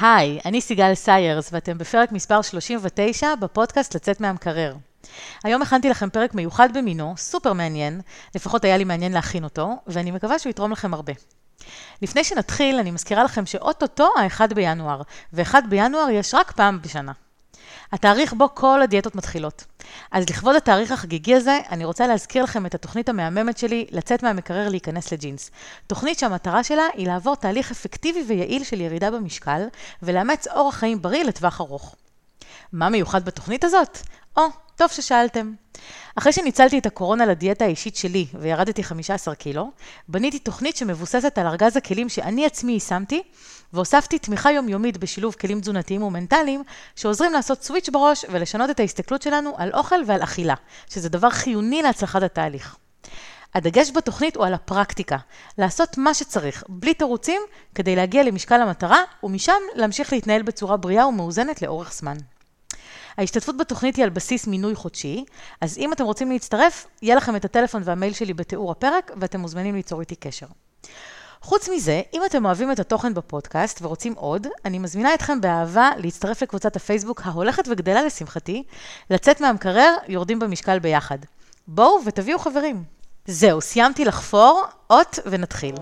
היי, אני סיגל סיירס, ואתם בפרק מספר 39 בפודקאסט לצאת מהמקרר. היום הכנתי לכם פרק מיוחד במינו, סופר מעניין, לפחות היה לי מעניין להכין אותו, ואני מקווה שהוא יתרום לכם הרבה. לפני שנתחיל, אני מזכירה לכם שאוטוטו ה-1 בינואר, ו-1 בינואר יש רק פעם בשנה. התאריך בו כל הדיאטות מתחילות. אז לכבוד התאריך החגיגי הזה, אני רוצה להזכיר לכם את התוכנית המהממת שלי, לצאת מהמקרר להיכנס לג'ינס. תוכנית שהמטרה שלה היא לעבור תהליך אפקטיבי ויעיל של ירידה במשקל, ולאמץ אורח חיים בריא לטווח ארוך. מה מיוחד בתוכנית הזאת? טוב ששאלתם. אחרי שניצלתי את הקורונה לדיאטה האישית שלי וירדתי 15 קילו, בניתי תוכנית שמבוססת על ארגז הכלים שאני עצמי יישמתי, והוספתי תמיכה יומיומית בשילוב כלים תזונתיים ומנטליים, שעוזרים לעשות סוויץ' בראש ולשנות את ההסתכלות שלנו על אוכל ועל אכילה, שזה דבר חיוני להצלחת התהליך. הדגש בתוכנית הוא על הפרקטיקה, לעשות מה שצריך, בלי תירוצים, כדי להגיע למשקל המטרה, ומשם להמשיך להתנהל בצורה בריאה ומאוזנת לאורך זמן. ההשתתפות בתוכנית היא על בסיס מינוי חודשי, אז אם אתם רוצים להצטרף, יהיה לכם את הטלפון והמייל שלי בתיאור הפרק, ואתם מוזמנים ליצור איתי קשר. חוץ מזה, אם אתם אוהבים את התוכן בפודקאסט ורוצים עוד, אני מזמינה אתכם באהבה להצטרף לקבוצת הפייסבוק ההולכת וגדלה לשמחתי, לצאת מהמקרר, יורדים במשקל ביחד. בואו ותביאו חברים. זהו, סיימתי לחפור, אות ונתחיל.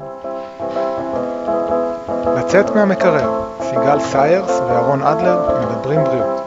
לצאת מהמקרר, סיגל סיירס ואהרון אדלר מדברים בריאות.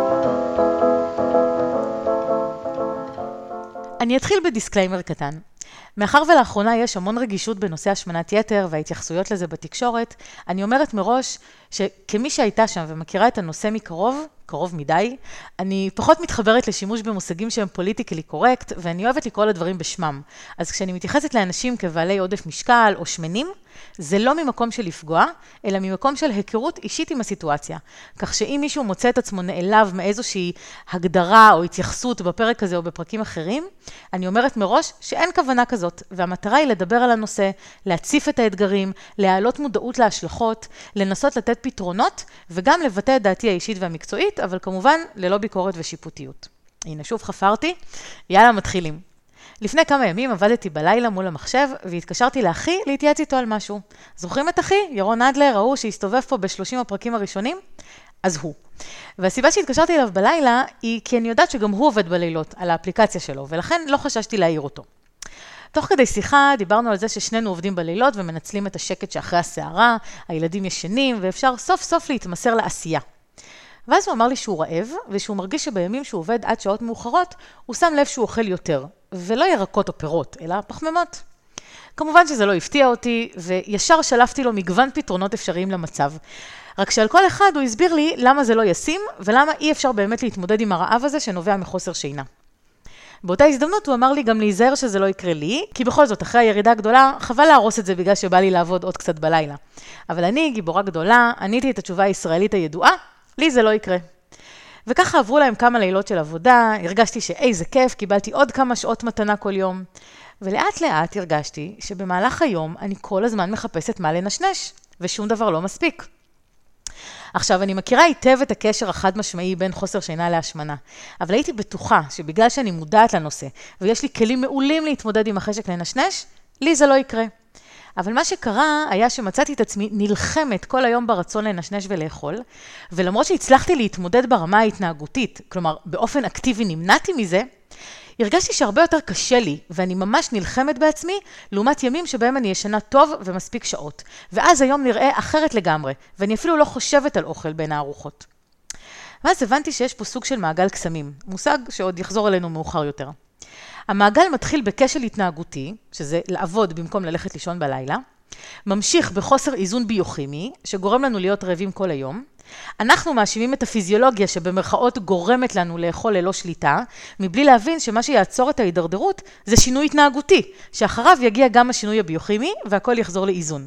אני אתחיל בדיסקליימר קטן. מאחר ולאחרונה יש המון רגישות בנושא השמנת יתר וההתייחסויות לזה בתקשורת, אני אומרת מראש שכמי שהייתה שם ומכירה את הנושא מקרוב, קרוב מדי, אני פחות מתחברת לשימוש במושגים שהם פוליטיקלי קורקט, ואני אוהבת לקרוא לדברים בשמם. אז כשאני מתייחסת לאנשים כבעלי עודף משקל או שמנים, זה לא ממקום של לפגוע, אלא ממקום של היכרות אישית עם הסיטואציה. כך שאם מישהו מוצא את עצמו נעלב מאיזושהי הגדרה או התייחסות בפרק הזה או בפרקים אחרים, אני אומרת מראש שאין כוונה כזאת, והמטרה היא לדבר על הנושא, להציף את האתגרים, להעלות מודעות להשלכות, לנסות לתת פתרונות, וגם לבטא את דעתי האישית והמקצועית, אבל כמובן ללא ביקורת ושיפוטיות. הנה שוב חפרתי, יאללה מתחילים. לפני כמה ימים עבדתי בלילה מול המחשב, והתקשרתי לאחי להתייעץ איתו על משהו. זוכרים את אחי? ירון אדלר, ראו שהסתובב פה ב30 הפרקים הראשונים? אז הוא. והסיבה שהתקשרתי אליו בלילה, היא כי אני יודעת שגם הוא עובד בלילות על האפליקציה שלו, ולכן לא חששתי להעיר אותו. תוך כדי שיחה דיברנו על זה ששנינו עובדים בלילות ומנצלים את השקט שאחרי הסערה, הילדים ישנים, ואפשר סוף סוף להתמסר לעשייה. ואז הוא אמר לי שהוא רעב, ושהוא מרגיש שבימים שהוא עובד עד שעות מאוחרות, הוא שם לב שהוא אוכל יותר, ולא ירקות או פירות, אלא פחמימות. כמובן שזה לא הפתיע אותי, וישר שלפתי לו מגוון פתרונות אפשריים למצב. רק שעל כל אחד הוא הסביר לי למה זה לא ישים, ולמה אי אפשר באמת להתמודד עם הרעב הזה שנובע מחוסר שינה. באותה הזדמנות הוא אמר לי גם להיזהר שזה לא יקרה לי, כי בכל זאת, אחרי הירידה הגדולה, חבל להרוס את זה בגלל שבא לי לעבוד עוד קצת בלילה. אבל אני, גיבורה גדולה, עניתי את התשובה הישראלית הידועה, לי זה לא יקרה. וככה עברו להם כמה לילות של עבודה, הרגשתי שאיזה כיף, קיבלתי עוד כמה שעות מתנה כל יום, ולאט לאט הרגשתי שבמהלך היום אני כל הזמן מחפשת מה לנשנש, ושום דבר לא מספיק. עכשיו, אני מכירה היטב את הקשר החד משמעי בין חוסר שינה להשמנה, אבל הייתי בטוחה שבגלל שאני מודעת לנושא, ויש לי כלים מעולים להתמודד עם החשק לנשנש, לי זה לא יקרה. אבל מה שקרה היה שמצאתי את עצמי נלחמת כל היום ברצון לנשנש ולאכול, ולמרות שהצלחתי להתמודד ברמה ההתנהגותית, כלומר באופן אקטיבי נמנעתי מזה, הרגשתי שהרבה יותר קשה לי, ואני ממש נלחמת בעצמי, לעומת ימים שבהם אני ישנה טוב ומספיק שעות. ואז היום נראה אחרת לגמרי, ואני אפילו לא חושבת על אוכל בין הארוחות. ואז הבנתי שיש פה סוג של מעגל קסמים, מושג שעוד יחזור אלינו מאוחר יותר. המעגל מתחיל בכשל התנהגותי, שזה לעבוד במקום ללכת לישון בלילה, ממשיך בחוסר איזון ביוכימי, שגורם לנו להיות רעבים כל היום. אנחנו מאשימים את הפיזיולוגיה שבמרכאות גורמת לנו לאכול ללא שליטה, מבלי להבין שמה שיעצור את ההידרדרות זה שינוי התנהגותי, שאחריו יגיע גם השינוי הביוכימי והכל יחזור לאיזון.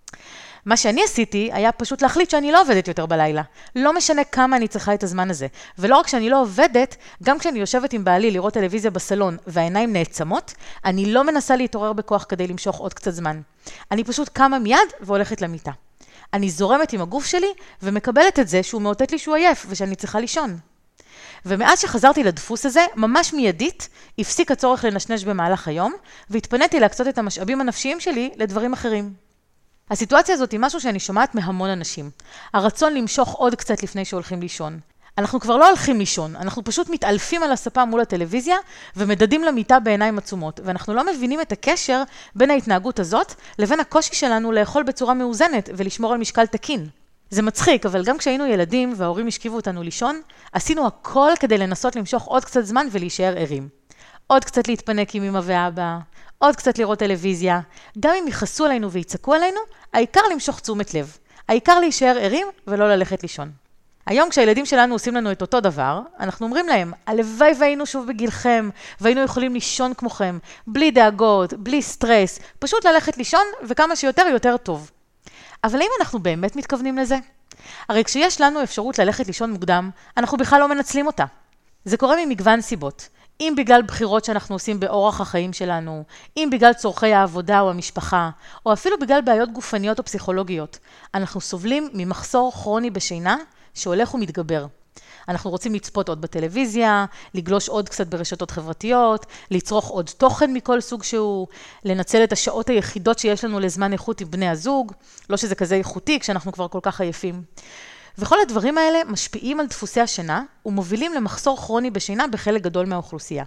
מה שאני עשיתי היה פשוט להחליט שאני לא עובדת יותר בלילה. לא משנה כמה אני צריכה את הזמן הזה. ולא רק שאני לא עובדת, גם כשאני יושבת עם בעלי לראות טלוויזיה בסלון והעיניים נעצמות, אני לא מנסה להתעורר בכוח כדי למשוך עוד קצת זמן. אני פשוט קמה מיד והולכת למיטה. אני זורמת עם הגוף שלי ומקבלת את זה שהוא מאותת לי שהוא עייף ושאני צריכה לישון. ומאז שחזרתי לדפוס הזה, ממש מיידית, הפסיק הצורך לנשנש במהלך היום, והתפניתי להקצות את המשאבים הנפשיים שלי לדברים אחרים. הסיטואציה הזאת היא משהו שאני שומעת מהמון אנשים. הרצון למשוך עוד קצת לפני שהולכים לישון. אנחנו כבר לא הולכים לישון, אנחנו פשוט מתעלפים על הספה מול הטלוויזיה ומדדים למיטה בעיניים עצומות, ואנחנו לא מבינים את הקשר בין ההתנהגות הזאת לבין הקושי שלנו לאכול בצורה מאוזנת ולשמור על משקל תקין. זה מצחיק, אבל גם כשהיינו ילדים וההורים השכיבו אותנו לישון, עשינו הכל כדי לנסות למשוך עוד קצת זמן ולהישאר ערים. עוד קצת להתפנק עם אמא ואבא, עוד קצת לראות טלוויזיה. גם אם יכעסו עלינו ויצעקו עלינו, העיקר למשוך תשומת לב. העיקר להישאר ערים ולא ללכת לישון. היום כשהילדים שלנו עושים לנו את אותו דבר, אנחנו אומרים להם, הלוואי והיינו שוב בגילכם, והיינו יכולים לישון כמוכם, בלי דאגות, בלי סטרס, פשוט ללכת לישון וכמה שיותר יותר טוב. אבל האם אנחנו באמת מתכוונים לזה? הרי כשיש לנו אפשרות ללכת לישון מוקדם, אנחנו בכלל לא מנצלים אותה. זה קורה ממגוון סיבות. אם בגלל בחירות שאנחנו עושים באורח החיים שלנו, אם בגלל צורכי העבודה או המשפחה, או אפילו בגלל בעיות גופניות או פסיכולוגיות, אנחנו סובלים ממחסור כרוני בשינה שהולך ומתגבר. אנחנו רוצים לצפות עוד בטלוויזיה, לגלוש עוד קצת ברשתות חברתיות, לצרוך עוד תוכן מכל סוג שהוא, לנצל את השעות היחידות שיש לנו לזמן איכות עם בני הזוג, לא שזה כזה איכותי כשאנחנו כבר כל כך עייפים. וכל הדברים האלה משפיעים על דפוסי השינה ומובילים למחסור כרוני בשינה בחלק גדול מהאוכלוסייה.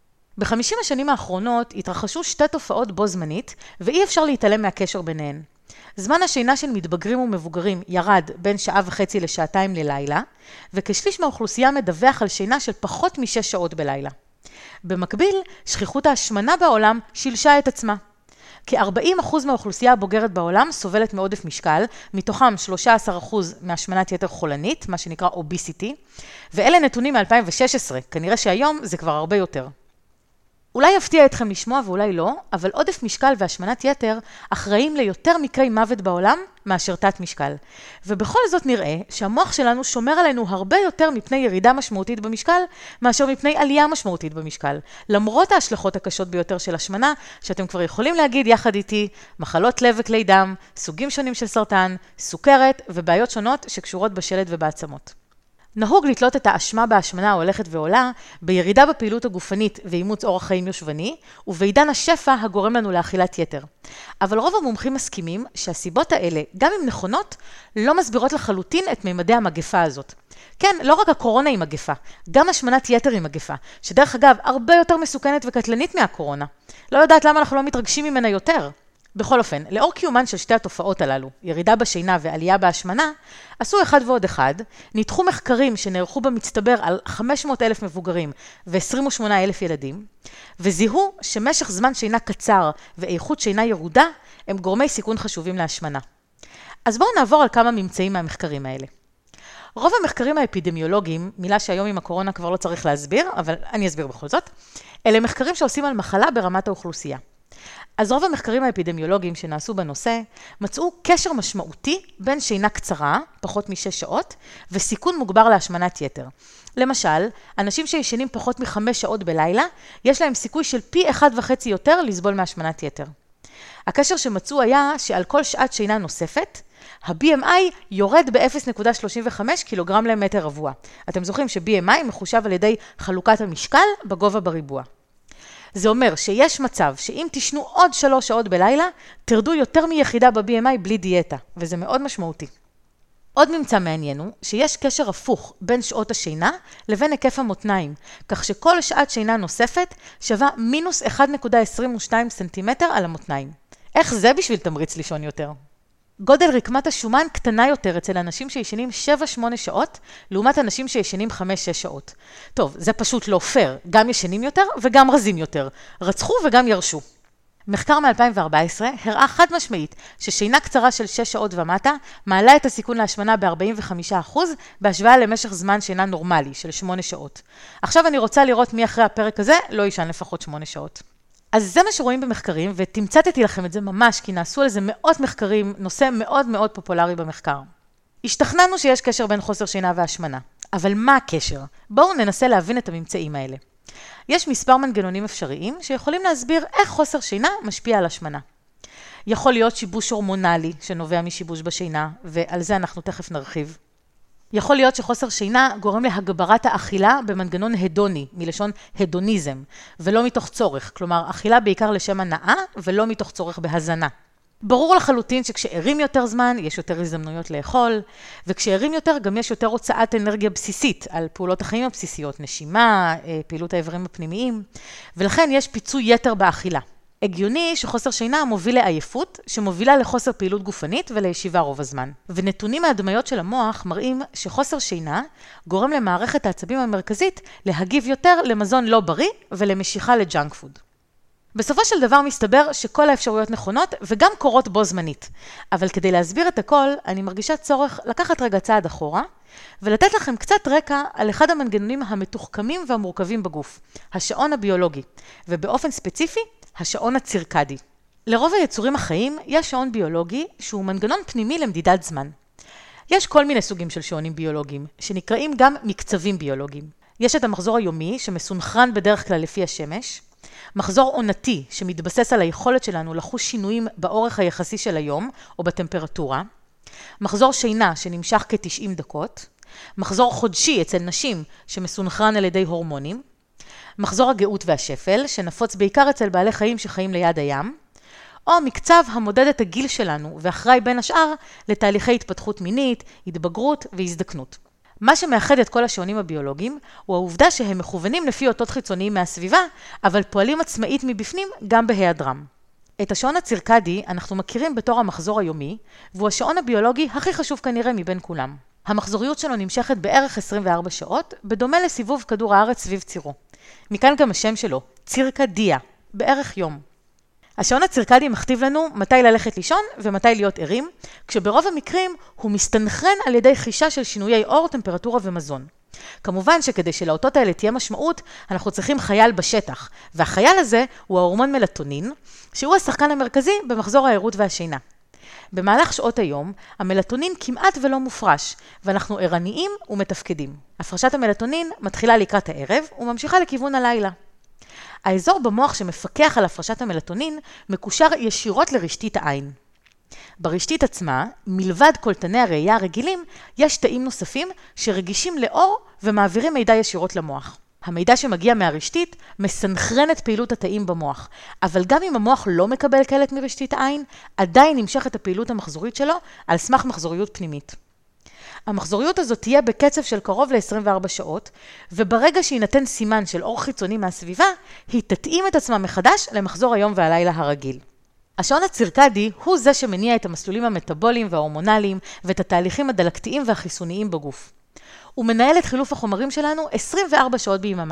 ב50 השנים האחרונות התרחשו שתי תופעות בו זמנית, ואי אפשר להתעלם מהקשר ביניהן. זמן השינה של מתבגרים ומבוגרים ירד בין שעה וחצי לשעתיים ללילה, וכשליש מהאוכלוסייה מדווח על שינה של פחות מ6 שעות בלילה. במקביל, שכיחות ההשמנה בעולם שילשה את עצמה. כ-40% מהאוכלוסייה הבוגרת בעולם סובלת מעודף משקל, מתוכם 13% מהשמנת יתר חולנית, מה שנקרא obesity, ואלה נתונים מ-2016, כנראה שהיום זה כבר הרבה יותר. אולי יפתיע אתכם לשמוע ואולי לא, אבל עודף משקל והשמנת יתר אחראים ליותר מקרי מוות בעולם מאשר תת משקל. ובכל זאת נראה שהמוח שלנו שומר עלינו הרבה יותר מפני ירידה משמעותית במשקל, מאשר מפני עלייה משמעותית במשקל. למרות ההשלכות הקשות ביותר של השמנה, שאתם כבר יכולים להגיד יחד איתי, מחלות לב וכלי דם, סוגים שונים של סרטן, סוכרת ובעיות שונות שקשורות בשלד ובעצמות. נהוג לתלות את האשמה בהשמנה ההולכת ועולה בירידה בפעילות הגופנית ואימוץ אורח חיים יושבני, ובעידן השפע הגורם לנו לאכילת יתר. אבל רוב המומחים מסכימים שהסיבות האלה, גם אם נכונות, לא מסבירות לחלוטין את ממדי המגפה הזאת. כן, לא רק הקורונה היא מגפה, גם השמנת יתר היא מגפה, שדרך אגב הרבה יותר מסוכנת וקטלנית מהקורונה. לא יודעת למה אנחנו לא מתרגשים ממנה יותר. בכל אופן, לאור קיומן של שתי התופעות הללו, ירידה בשינה ועלייה בהשמנה, עשו אחד ועוד אחד, ניתחו מחקרים שנערכו במצטבר על 500,000 מבוגרים ו-28,000 ילדים, וזיהו שמשך זמן שינה קצר ואיכות שינה ירודה הם גורמי סיכון חשובים להשמנה. אז בואו נעבור על כמה ממצאים מהמחקרים האלה. רוב המחקרים האפידמיולוגיים, מילה שהיום עם הקורונה כבר לא צריך להסביר, אבל אני אסביר בכל זאת, אלה מחקרים שעושים על מחלה ברמת האוכלוסייה. אז רוב המחקרים האפידמיולוגיים שנעשו בנושא מצאו קשר משמעותי בין שינה קצרה, פחות מ6 שעות, וסיכון מוגבר להשמנת יתר. למשל, אנשים שישנים פחות מ5 שעות בלילה, יש להם סיכוי של פי 1.5 יותר לסבול מהשמנת יתר. הקשר שמצאו היה שעל כל שעת שינה נוספת, ה-BMI יורד ב-0.35 קילוגרם למטר רבוע. אתם זוכרים ש-BMI מחושב על ידי חלוקת המשקל בגובה בריבוע. זה אומר שיש מצב שאם תשנו עוד 3 שעות בלילה, תרדו יותר מיחידה ב-BMI בלי דיאטה, וזה מאוד משמעותי. עוד ממצא מעניין הוא שיש קשר הפוך בין שעות השינה לבין היקף המותניים, כך שכל שעת שינה נוספת שווה מינוס 1.22 סנטימטר על המותניים. איך זה בשביל תמריץ לישון יותר? גודל רקמת השומן קטנה יותר אצל אנשים שישנים 7-8 שעות, לעומת אנשים שישנים 5-6 שעות. טוב, זה פשוט לא פייר, גם ישנים יותר וגם רזים יותר. רצחו וגם ירשו. מחקר מ-2014 הראה חד משמעית ששינה קצרה של 6 שעות ומטה מעלה את הסיכון להשמנה ב-45% בהשוואה למשך זמן שינה נורמלי של 8 שעות. עכשיו אני רוצה לראות מי אחרי הפרק הזה לא ישן לפחות 8 שעות. אז זה מה שרואים במחקרים, ותמצאתי לכם את זה ממש, כי נעשו על זה מאות מחקרים, נושא מאוד מאוד פופולרי במחקר. השתכנענו שיש קשר בין חוסר שינה והשמנה. אבל מה הקשר? בואו ננסה להבין את הממצאים האלה. יש מספר מנגנונים אפשריים שיכולים להסביר איך חוסר שינה משפיע על השמנה. יכול להיות שיבוש הורמונלי שנובע משיבוש בשינה, ועל זה אנחנו תכף נרחיב. יכול להיות שחוסר שינה גורם להגברת האכילה במנגנון הדוני, מלשון הדוניזם, ולא מתוך צורך, כלומר אכילה בעיקר לשם הנאה ולא מתוך צורך בהזנה. ברור לחלוטין שכשערים יותר זמן, יש יותר הזדמנויות לאכול, וכשערים יותר גם יש יותר הוצאת אנרגיה בסיסית על פעולות החיים הבסיסיות, נשימה, פעילות האיברים הפנימיים, ולכן יש פיצוי יתר באכילה. הגיוני שחוסר שינה מוביל לעייפות, שמובילה לחוסר פעילות גופנית ולישיבה רוב הזמן. ונתונים מהדמיות של המוח מראים שחוסר שינה גורם למערכת העצבים המרכזית להגיב יותר למזון לא בריא ולמשיכה לג'אנק פוד. בסופו של דבר מסתבר שכל האפשרויות נכונות וגם קורות בו זמנית. אבל כדי להסביר את הכל, אני מרגישה צורך לקחת רגע צעד אחורה, ולתת לכם קצת רקע על אחד המנגנונים המתוחכמים והמורכבים בגוף, השעון הביולוגי, ובאופן ספציפי, השעון הצירקדי. לרוב היצורים החיים יש שעון ביולוגי שהוא מנגנון פנימי למדידת זמן. יש כל מיני סוגים של שעונים ביולוגיים, שנקראים גם מקצבים ביולוגיים. יש את המחזור היומי שמסונכרן בדרך כלל לפי השמש, מחזור עונתי שמתבסס על היכולת שלנו לחוש שינויים באורך היחסי של היום או בטמפרטורה, מחזור שינה שנמשך כ-90 דקות, מחזור חודשי אצל נשים שמסונכרן על ידי הורמונים, מחזור הגאות והשפל שנפוץ בעיקר אצל בעלי חיים שחיים ליד הים, או מקצב המודד את הגיל שלנו ואחראי בין השאר לתהליכי התפתחות מינית, התבגרות והזדקנות. מה שמאחד את כל השעונים הביולוגיים הוא העובדה שהם מכוונים לפי אותות חיצוניים מהסביבה, אבל פועלים עצמאית מבפנים גם בהיעדרם. את השעון הצירקדי אנחנו מכירים בתור המחזור היומי, והוא השעון הביולוגי הכי חשוב כנראה מבין כולם. המחזוריות שלו נמשכת בערך 24 שעות, בדומה לסיבוב כדור הארץ סביב צירו. מכאן גם השם שלו, צירקדיה, בערך יום. השעון הצירקדי מכתיב לנו מתי ללכת לישון ומתי להיות ערים, כשברוב המקרים הוא מסתנכרן על ידי חישה של שינויי אור, טמפרטורה ומזון. כמובן שכדי שלאותות האלה תהיה משמעות, אנחנו צריכים חייל בשטח, והחייל הזה הוא ההורמון מלטונין, שהוא השחקן המרכזי במחזור הערות והשינה. במהלך שעות היום, המלטונין כמעט ולא מופרש, ואנחנו ערניים ומתפקדים. הפרשת המלטונין מתחילה לקראת הערב וממשיכה לכיוון הלילה. האזור במוח שמפקח על הפרשת המלטונין מקושר ישירות לרשתית העין. ברשתית עצמה, מלבד קולטני הראייה הרגילים, יש תאים נוספים שרגישים לאור ומעבירים מידע ישירות למוח. המידע שמגיע מהרשתית מסנכרן את פעילות התאים במוח, אבל גם אם המוח לא מקבל קלט מרשתית העין, עדיין נמשך את הפעילות המחזורית שלו על סמך מחזוריות פנימית. המחזוריות הזאת תהיה בקצב של קרוב ל-24 שעות, וברגע שיינתן סימן של אור חיצוני מהסביבה, היא תתאים את עצמה מחדש למחזור היום והלילה הרגיל. השעון הצירקדי הוא זה שמניע את המסלולים המטאבוליים וההורמונליים ואת התהליכים הדלקתיים והחיסוניים בגוף. הוא מנהל את חילוף החומרים שלנו 24 שעות ביממה,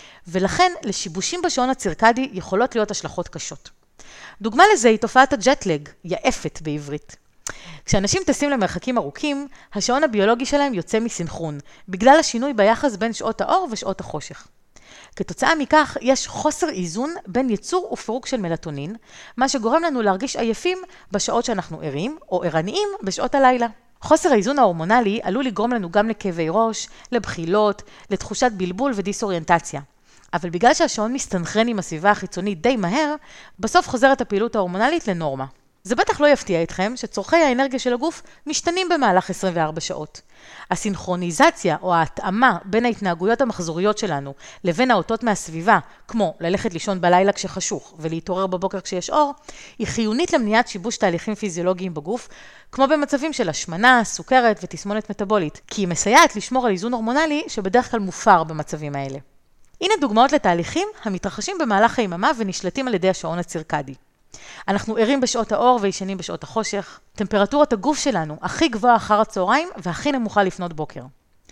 ולכן לשיבושים בשעון הצירקדי יכולות להיות השלכות קשות. דוגמה לזה היא תופעת הג'טלג, יעפת בעברית. כשאנשים טסים למרחקים ארוכים, השעון הביולוגי שלהם יוצא מסנכרון, בגלל השינוי ביחס בין שעות האור ושעות החושך. כתוצאה מכך, יש חוסר איזון בין ייצור ופירוק של מלטונין, מה שגורם לנו להרגיש עייפים בשעות שאנחנו ערים, או ערניים בשעות הלילה. חוסר האיזון ההורמונלי עלול לגרום לנו גם לכאבי ראש, לבחילות, לתחושת בלבול ודיסאוריינטציה. אבל בגלל שהשעון מסתנכרן עם הסביבה החיצונית די מהר, בסוף חוזרת הפעילות ההורמונלית לנורמה. זה בטח לא יפתיע אתכם שצורכי האנרגיה של הגוף משתנים במהלך 24 שעות. הסינכרוניזציה או ההתאמה בין ההתנהגויות המחזוריות שלנו לבין האותות מהסביבה, כמו ללכת לישון בלילה כשחשוך ולהתעורר בבוקר כשיש אור, היא חיונית למניעת שיבוש תהליכים פיזיולוגיים בגוף, כמו במצבים של השמנה, סוכרת ותסמונת מטאבולית, כי היא מסייעת לשמור על איזון הורמונלי שבדרך כלל מופר במצבים האלה. הנה דוגמאות לתהליכים המתרחשים במהלך היממה ונשלטים על ידי השעון הצירקדי. אנחנו ערים בשעות האור וישנים בשעות החושך. טמפרטורת הגוף שלנו הכי גבוהה אחר הצהריים והכי נמוכה לפנות בוקר.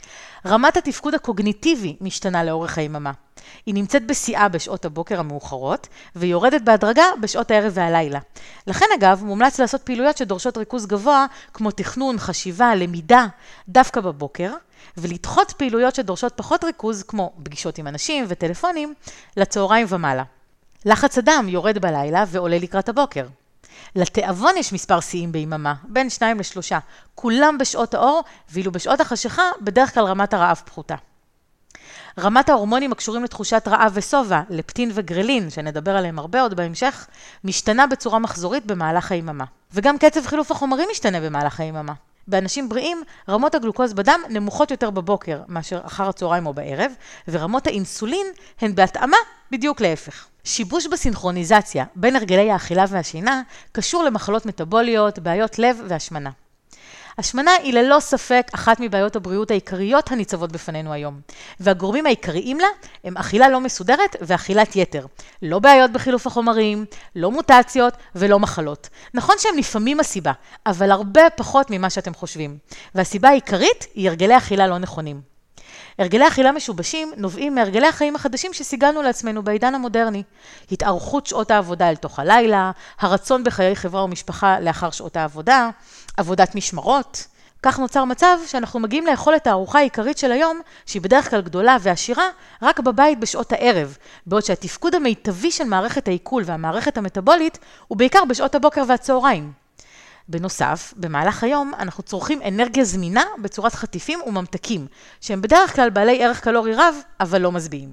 רמת התפקוד הקוגניטיבי משתנה לאורך היממה. היא נמצאת בשיאה בשעות הבוקר המאוחרות ויורדת בהדרגה בשעות הערב והלילה. לכן אגב, מומלץ לעשות פעילויות שדורשות ריכוז גבוה כמו תכנון, חשיבה, למידה, דווקא בבוקר, ולדחות פעילויות שדורשות פחות ריכוז כמו פגישות עם אנשים וטלפונים לצהריים ומעלה. לחץ הדם יורד בלילה ועולה לקראת הבוקר. לתיאבון יש מספר שיאים ביממה, בין 2 ל-3, כולם בשעות האור, ואילו בשעות החשיכה בדרך כלל רמת הרעב פחותה. רמת ההורמונים הקשורים לתחושת רעב וסובה, לפטין וגרלין, שנדבר עליהם הרבה עוד בהמשך, משתנה בצורה מחזורית במהלך היממה. וגם קצב חילוף החומרים משתנה במהלך היממה. באנשים בריאים, רמות הגלוקוז בדם נמוכות יותר בבוקר מאשר אחר הצהריים או בערב, ורמות האינסולין הן בהתאמה בדיוק להפך. שיבוש בסינכרוניזציה בין הרגלי האכילה והשינה קשור למחלות מטבוליות, בעיות לב והשמנה. השמנה היא ללא ספק אחת מבעיות הבריאות העיקריות הניצבות בפנינו היום, והגורמים העיקריים לה הם אכילה לא מסודרת ואכילת יתר. לא בעיות בחילוף החומרים, לא מוטציות ולא מחלות. נכון שהם לפעמים הסיבה, אבל הרבה פחות ממה שאתם חושבים. והסיבה העיקרית היא הרגלי אכילה לא נכונים. הרגלי אכילה משובשים נובעים מהרגלי החיים החדשים שסיגלנו לעצמנו בעידן המודרני. התארכות שעות העבודה אל תוך הלילה, הרצון בחיי חברה ומשפחה לאחר שעות העבודה, עבודת משמרות. כך נוצר מצב שאנחנו מגיעים לאכול את הארוחה העיקרית של היום, שהיא בדרך כלל גדולה ועשירה, רק בבית בשעות הערב, בעוד שהתפקוד המיטבי של מערכת העיכול והמערכת המטבולית הוא בעיקר בשעות הבוקר והצהריים. בנוסף, במהלך היום אנחנו צורכים אנרגיה זמינה בצורת חטיפים וממתקים, שהם בדרך כלל בעלי ערך קלורי רב, אבל לא משביעים.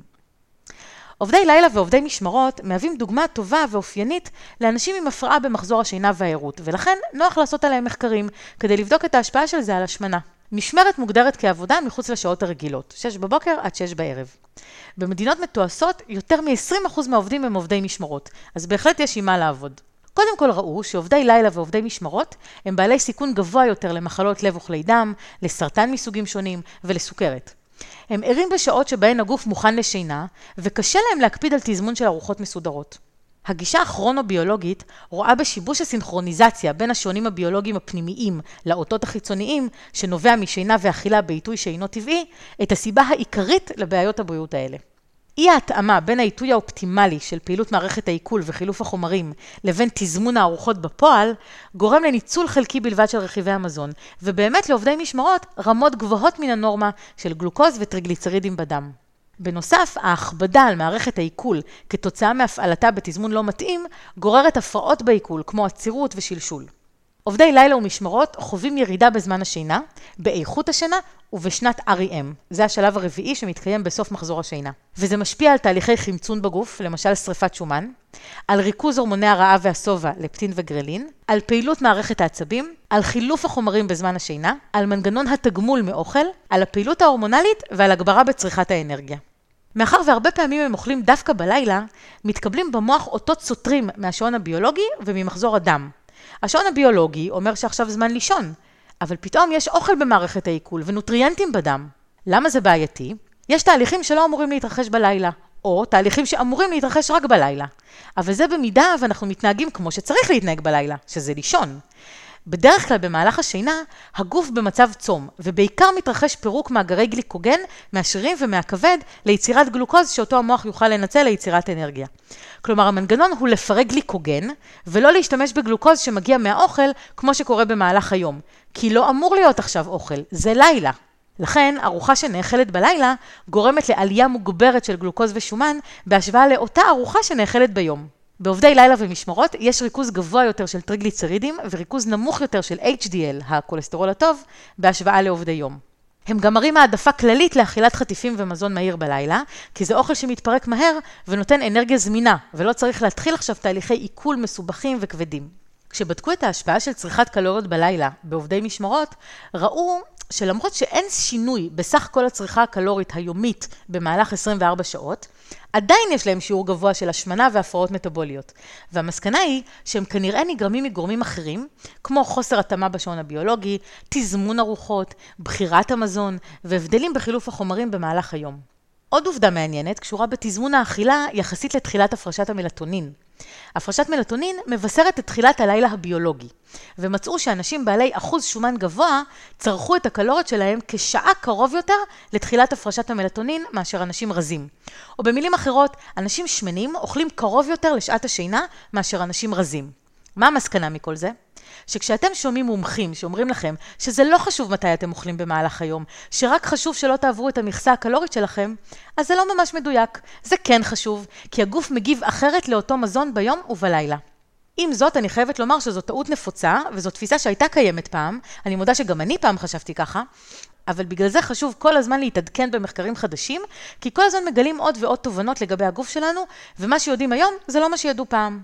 עובדי לילה ועובדי משמרות מהווים דוגמה טובה ואופיינית לאנשים עם הפרעה במחזור השינה והעירות, ולכן נוח לעשות עליהם מחקרים כדי לבדוק את ההשפעה של זה על השמנה. משמרת מוגדרת כעבודה מחוץ לשעות הרגילות, 6 בבוקר עד 6 בערב. במדינות מתועשות, יותר מ-20% מהעובדים הם עובדי משמרות, אז בהחלט יש עם מה לעבוד. קודם כל ראו שעובדי לילה ועובדי משמרות הם בעלי סיכון גבוה יותר למחלות לב וכלי דם, לסרטן מסוגים שונים ולסוכרת. הם ערים בשעות שבהן הגוף מוכן לשינה, וקשה להם להקפיד על תזמון של ארוחות מסודרות. הגישה הכרונו-ביולוגית רואה בשיבוש הסינכרוניזציה בין השעונים הביולוגיים הפנימיים לאותות החיצוניים, שנובע משינה ואכילה בעיתוי שאינו טבעי, את הסיבה העיקרית לבעיות הבריאות האלה. אי ההתאמה בין העיתוי האופטימלי של פעילות מערכת העיכול וחילוף החומרים לבין תזמון הארוחות בפועל, גורם לניצול חלקי בלבד של רכיבי המזון, ובאמת לעובדי משמרות רמות גבוהות מן הנורמה של גלוקוז וטריגליצרידים בדם. בנוסף, ההכבדה על מערכת העיכול כתוצאה מהפעלתה בתזמון לא מתאים, גוררת הפרעות בעיכול כמו עצירות ושלשול. עובדי לילה ומשמרות חווים ירידה בזמן השינה, באיכות השינה ובשנת REM. זה השלב הרביעי שמתקיים בסוף מחזור השינה. וזה משפיע על תהליכי חמצון בגוף, למשל שריפת שומן, על ריכוז הורמוני הרעב והסובה, לפטין וגרלין, על פעילות מערכת העצבים, על חילוף החומרים בזמן השינה, על מנגנון התגמול מאוכל, על הפעילות ההורמונלית ועל הגברה בצריכת האנרגיה. מאחר והרבה פעמים הם אוכלים דווקא בלילה, מתקבלים במוח אותות סותרים מהשעון הביולוגי וממחזור הדם. השעון הביולוגי אומר שעכשיו זמן לישון, אבל פתאום יש אוכל במערכת העיכול ונוטריאנטים בדם. למה זה בעייתי? יש תהליכים שלא אמורים להתרחש בלילה, או תהליכים שאמורים להתרחש רק בלילה. אבל זה במידה ואנחנו מתנהגים כמו שצריך להתנהג בלילה, שזה לישון. בדרך כלל במהלך השינה, הגוף במצב צום, ובעיקר מתרחש פירוק מאגרי גליקוגן מהשרירים ומהכבד ליצירת גלוקוז שאותו המוח יוכל לנצל ליצירת אנרגיה. כלומר, המנגנון הוא לפרק גליקוגן, ולא להשתמש בגלוקוז שמגיע מהאוכל כמו שקורה במהלך היום. כי לא אמור להיות עכשיו אוכל, זה לילה. לכן, ארוחה שנאכלת בלילה גורמת לעלייה מוגברת של גלוקוז ושומן בהשוואה לאותה ארוחה שנאכלת ביום. בעובדי לילה ומשמרות יש ריכוז גבוה יותר של טריגליצרידים וריכוז נמוך יותר של HDL, הכולסטרול הטוב, בהשוואה לעובדי יום. הם גם מראים העדפה כללית לאכילת חטיפים ומזון מהיר בלילה, כי זה אוכל שמתפרק מהר ונותן אנרגיה זמינה, ולא צריך להתחיל עכשיו תהליכי עיכול מסובכים וכבדים. כשבדקו את ההשפעה של צריכת קלוריות בלילה בעובדי משמרות, ראו שלמרות שאין שינוי בסך כל הצריכה הקלורית היומית במהלך 24 שעות, עדיין יש להם שיעור גבוה של השמנה והפרעות מטבוליות. והמסקנה היא שהם כנראה נגרמים מגורמים אחרים, כמו חוסר התאמה בשעון הביולוגי, תזמון ארוחות, בחירת המזון והבדלים בחילוף החומרים במהלך היום. עוד עובדה מעניינת קשורה בתזמון האכילה יחסית לתחילת הפרשת המלטונין. הפרשת מלטונין מבשרת את תחילת הלילה הביולוגי, ומצאו שאנשים בעלי אחוז שומן גבוה צרכו את הקלוריות שלהם כשעה קרוב יותר לתחילת הפרשת המלטונין מאשר אנשים רזים. או במילים אחרות, אנשים שמנים אוכלים קרוב יותר לשעת השינה מאשר אנשים רזים. מה המסקנה מכל זה? שכשאתם שומעים מומחים שאומרים לכם שזה לא חשוב מתי אתם אוכלים במהלך היום, שרק חשוב שלא תעברו את המכסה הקלורית שלכם, אז זה לא ממש מדויק. זה כן חשוב, כי הגוף מגיב אחרת לאותו מזון ביום ובלילה. עם זאת, אני חייבת לומר שזו טעות נפוצה, וזו תפיסה שהייתה קיימת פעם, אני מודה שגם אני פעם חשבתי ככה, אבל בגלל זה חשוב כל הזמן להתעדכן במחקרים חדשים, כי כל הזמן מגלים עוד ועוד תובנות לגבי הגוף שלנו, ומה שיודעים היום זה לא מה שידעו פעם.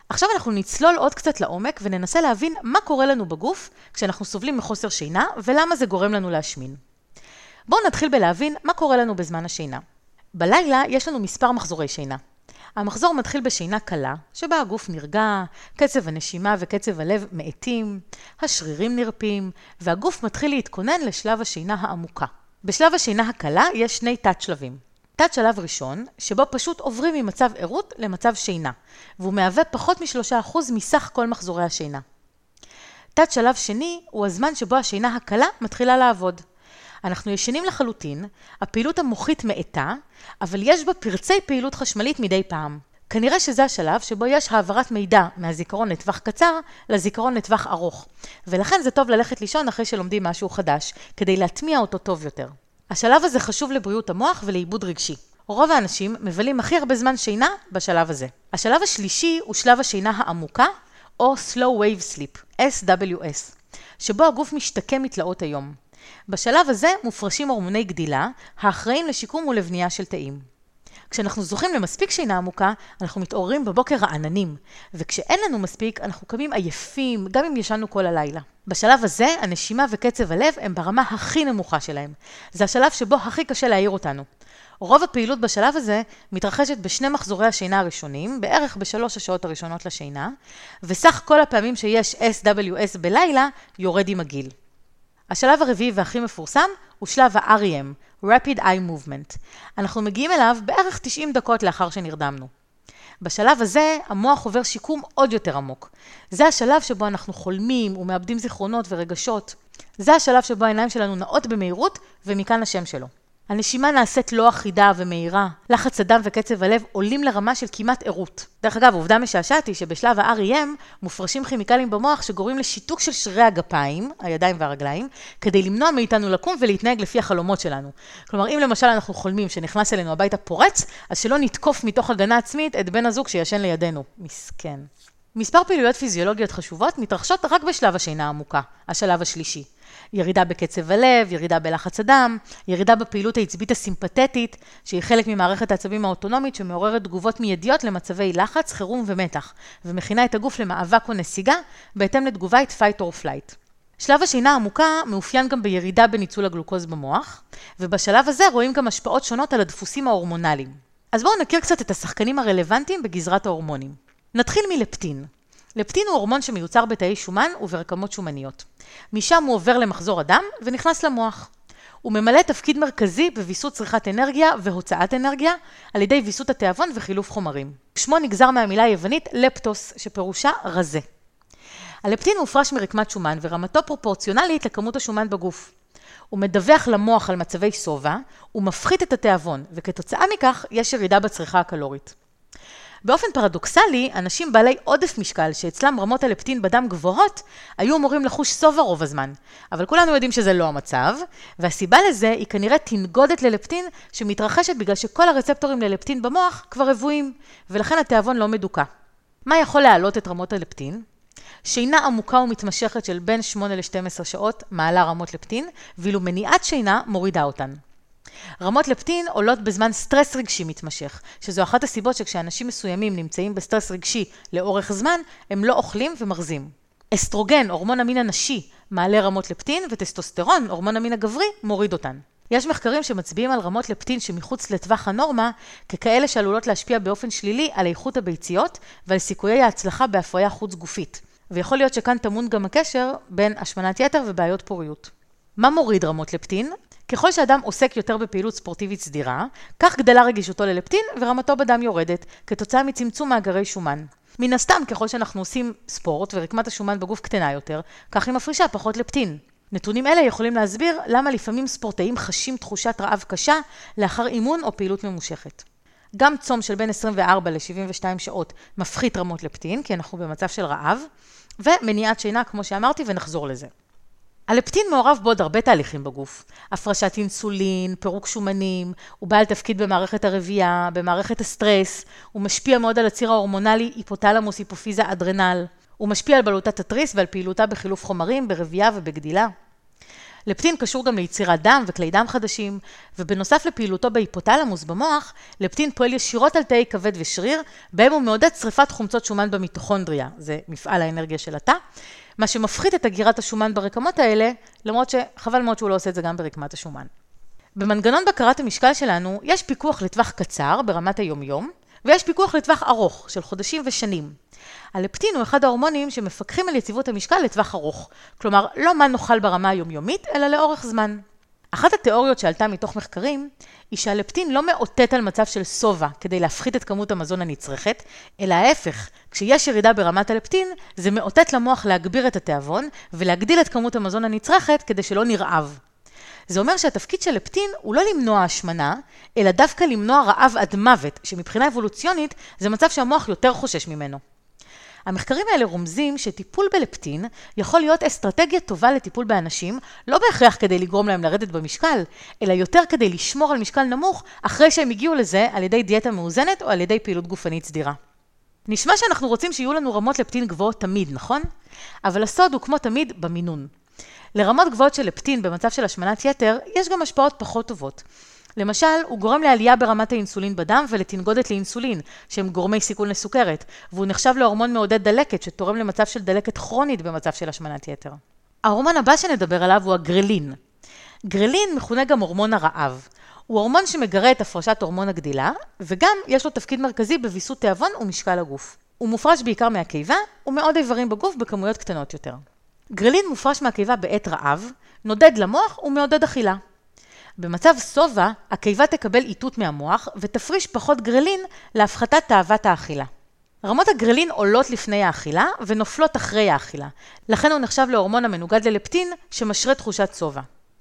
עכשיו אנחנו נצלול עוד קצת לעומק וננסה להבין מה קורה לנו בגוף כשאנחנו סובלים מחוסר שינה ולמה זה גורם לנו להשמין. בואו נתחיל בלהבין מה קורה לנו בזמן השינה. בלילה יש לנו מספר מחזורי שינה. המחזור מתחיל בשינה קלה, שבה הגוף נרגע, קצב הנשימה וקצב הלב מאטים, השרירים נרפים, והגוף מתחיל להתכונן לשלב השינה העמוקה. בשלב השינה הקלה יש שני תת שלבים. תת שלב ראשון, שבו פשוט עוברים ממצב ערות למצב שינה, והוא מהווה פחות מ3% מסך כל מחזורי השינה. תת שלב שני הוא הזמן שבו השינה הקלה מתחילה לעבוד. אנחנו ישנים לחלוטין, הפעילות המוחית מאטה, אבל יש בה פרצי פעילות חשמלית מדי פעם. כנראה שזה השלב שבו יש העברת מידע מהזיכרון לטווח קצר לזיכרון לטווח ארוך, ולכן זה טוב ללכת לישון אחרי שלומדים משהו חדש, כדי להטמיע אותו טוב יותר. השלב הזה חשוב לבריאות המוח ולעיבוד רגשי. רוב האנשים מבלים הכי הרבה זמן שינה בשלב הזה. השלב השלישי הוא שלב השינה העמוקה, או Slow Wave Sleep, SWS, שבו הגוף משתקם מתלאות היום. בשלב הזה מופרשים הורמוני גדילה, האחראים לשיקום ולבנייה של תאים. כשאנחנו זוכים למספיק שינה עמוקה, אנחנו מתעוררים בבוקר רעננים, וכשאין לנו מספיק, אנחנו קמים עייפים, גם אם ישנו כל הלילה. בשלב הזה, הנשימה וקצב הלב הם ברמה הכי נמוכה שלהם. זה השלב שבו הכי קשה להעיר אותנו. רוב הפעילות בשלב הזה מתרחשת בשני מחזורי השינה הראשונים, בערך ב3 השעות הראשונות לשינה, וסך כל הפעמים שיש SWS בלילה יורד עם הגיל. השלב הרביעי והכי מפורסם הוא שלב ה-REM, Rapid Eye Movement. אנחנו מגיעים אליו בערך 90 דקות לאחר שנרדמנו. בשלב הזה המוח עובר שיקום עוד יותר עמוק. זה השלב שבו אנחנו חולמים ומאבדים זיכרונות ורגשות. זה השלב שבו העיניים שלנו נעות במהירות ומכאן השם שלו. הנשימה נעשית לא אחידה ומהירה. לחץ הדם וקצב הלב עולים לרמה של כמעט ערות. דרך אגב, עובדה משעשעת היא שבשלב ה-REM מופרשים כימיקלים במוח שגורמים לשיתוק של שרירי הגפיים, הידיים והרגליים, כדי למנוע מאיתנו לקום ולהתנהג לפי החלומות שלנו. כלומר, אם למשל אנחנו חולמים שנכנס אלינו הביתה פורץ, אז שלא נתקוף מתוך הגנה עצמית את בן הזוג שישן לידינו. מסכן. מספר פעילויות פיזיולוגיות חשובות מתרחשות רק בשלב השינה העמוקה, השלב השלישי. ירידה בקצב הלב, ירידה בלחץ הדם, ירידה בפעילות העצבית הסימפתטית, שהיא חלק ממערכת העצבים האוטונומית שמעוררת תגובות מיידיות למצבי לחץ, חירום ומתח, ומכינה את הגוף למאבק או נסיגה, בהתאם לתגובית fight or flight. שלב השינה העמוקה מאופיין גם בירידה בניצול הגלוקוז במוח, ובשלב הזה רואים גם השפעות שונות על הדפוסים ההורמונליים. אז בואו נכיר קצת את השחקנים הרלוונטיים בגזרת ההורמונים. נתחיל מלפטין. לפטין הוא הורמון שמיוצר בתאי שומן וברקמות שומניות. משם הוא עובר למחזור הדם ונכנס למוח. הוא ממלא תפקיד מרכזי בוויסות צריכת אנרגיה והוצאת אנרגיה על ידי ויסות התיאבון וחילוף חומרים. שמו נגזר מהמילה היוונית לפטוס, שפירושה רזה. הלפטין מופרש מרקמת שומן ורמתו פרופורציונלית לכמות השומן בגוף. הוא מדווח למוח על מצבי סובה, הוא מפחית את התיאבון, וכתוצאה מכך יש ירידה בצריכה הקלורית. באופן פרדוקסלי, אנשים בעלי עודף משקל שאצלם רמות הלפטין בדם גבוהות, היו אמורים לחוש סובה רוב הזמן. אבל כולנו יודעים שזה לא המצב, והסיבה לזה היא כנראה תנגודת ללפטין שמתרחשת בגלל שכל הרצפטורים ללפטין במוח כבר רבועים, ולכן התיאבון לא מדוכא. מה יכול להעלות את רמות הלפטין? שינה עמוקה ומתמשכת של בין 8 ל-12 שעות מעלה רמות לפטין, ואילו מניעת שינה מורידה אותן. רמות לפטין עולות בזמן סטרס רגשי מתמשך, שזו אחת הסיבות שכשאנשים מסוימים נמצאים בסטרס רגשי לאורך זמן, הם לא אוכלים ומרזים. אסטרוגן, הורמון המין הנשי, מעלה רמות לפטין, וטסטוסטרון, הורמון המין הגברי, מוריד אותן. יש מחקרים שמצביעים על רמות לפטין שמחוץ לטווח הנורמה, ככאלה שעלולות להשפיע באופן שלילי על איכות הביציות ועל סיכויי ההצלחה בהפריה חוץ גופית. ויכול להיות שכאן טמון גם הקשר בין השמנת יתר ובעיות פוריות. מה מוריד רמות לפטין? ככל שאדם עוסק יותר בפעילות ספורטיבית סדירה, כך גדלה רגישותו ללפטין ורמתו בדם יורדת, כתוצאה מצמצום מאגרי שומן. מן הסתם, ככל שאנחנו עושים ספורט ורקמת השומן בגוף קטנה יותר, כך היא מפרישה פחות לפטין. נתונים אלה יכולים להסביר למה לפעמים ספורטאים חשים תחושת רעב קשה לאחר אימון או פעילות ממושכת. גם צום של בין 24 ל-72 שעות מפחית רמות לפטין, כי אנחנו במצב של רעב, ומניעת שינה, כמו שאמרתי, ונחזור לזה. הלפטין מעורב בעוד הרבה תהליכים בגוף. הפרשת אינסולין, פירוק שומנים, הוא בעל תפקיד במערכת הרבייה, במערכת הסטרס, הוא משפיע מאוד על הציר ההורמונלי, היפותלמוס, היפופיזה, אדרנל. הוא משפיע על בלוטת התריס ועל פעילותה בחילוף חומרים, ברבייה ובגדילה. לפטין קשור גם ליצירת דם וכלי דם חדשים, ובנוסף לפעילותו בהיפותלמוס במוח, לפטין פועל ישירות על תאי כבד ושריר, בהם הוא מעודד שריפת חומצות שומן במיטוכונדריה, זה מפעל האנרגיה של התא, מה שמפחית את אגירת השומן ברקמות האלה, למרות שחבל מאוד שהוא לא עושה את זה גם ברקמת השומן. במנגנון בקרת המשקל שלנו יש פיקוח לטווח קצר ברמת היומיום, ויש פיקוח לטווח ארוך של חודשים ושנים. הלפטין הוא אחד ההורמונים שמפקחים על יציבות המשקל לטווח ארוך, כלומר לא מה נאכל ברמה היומיומית, אלא לאורך זמן. אחת התיאוריות שעלתה מתוך מחקרים, היא שהלפטין לא מאותת על מצב של סובה כדי להפחית את כמות המזון הנצרכת, אלא ההפך, כשיש ירידה ברמת הלפטין, זה מאותת למוח להגביר את התיאבון ולהגדיל את כמות המזון הנצרכת כדי שלא נרעב. זה אומר שהתפקיד של לפטין הוא לא למנוע השמנה, אלא דווקא למנוע רעב עד מוות, שמבחינה אבולוציונית זה מצב שהמוח יותר חושש ממנו. המחקרים האלה רומזים שטיפול בלפטין יכול להיות אסטרטגיה טובה לטיפול באנשים, לא בהכרח כדי לגרום להם לרדת במשקל, אלא יותר כדי לשמור על משקל נמוך אחרי שהם הגיעו לזה על ידי דיאטה מאוזנת או על ידי פעילות גופנית סדירה. נשמע שאנחנו רוצים שיהיו לנו רמות לפטין גבוהות תמיד, נכון? אבל הסוד הוא כמו תמיד במינון. לרמות גבוהות של לפטין במצב של השמנת יתר, יש גם השפעות פחות טובות. למשל, הוא גורם לעלייה ברמת האינסולין בדם ולתנגודת לאינסולין, שהם גורמי סיכון לסוכרת, והוא נחשב להורמון מעודד דלקת, שתורם למצב של דלקת כרונית במצב של השמנת יתר. ההורמון הבא שנדבר עליו הוא הגרלין. גרלין מכונה גם הורמון הרעב. הוא הורמון שמגרה את הפרשת הורמון הגדילה, וגם יש לו תפקיד מרכזי בוויסות תיאבון ומשקל הגוף. הוא מופרש בעיקר מהקיבה, ומעוד איברים בגוף בכמויות קטנות יותר. גרלין מופרש מהקיבה בעת רעב, נודד למוח ומעודד אכילה. במצב סובה, הקיבה תקבל איתות מהמוח ותפריש פחות גרלין להפחתת תאוות האכילה. רמות הגרלין עולות לפני האכילה ונופלות אחרי האכילה. לכן הוא נחשב להורמון המנוגד ללפטין שמשרה תחושת סובה.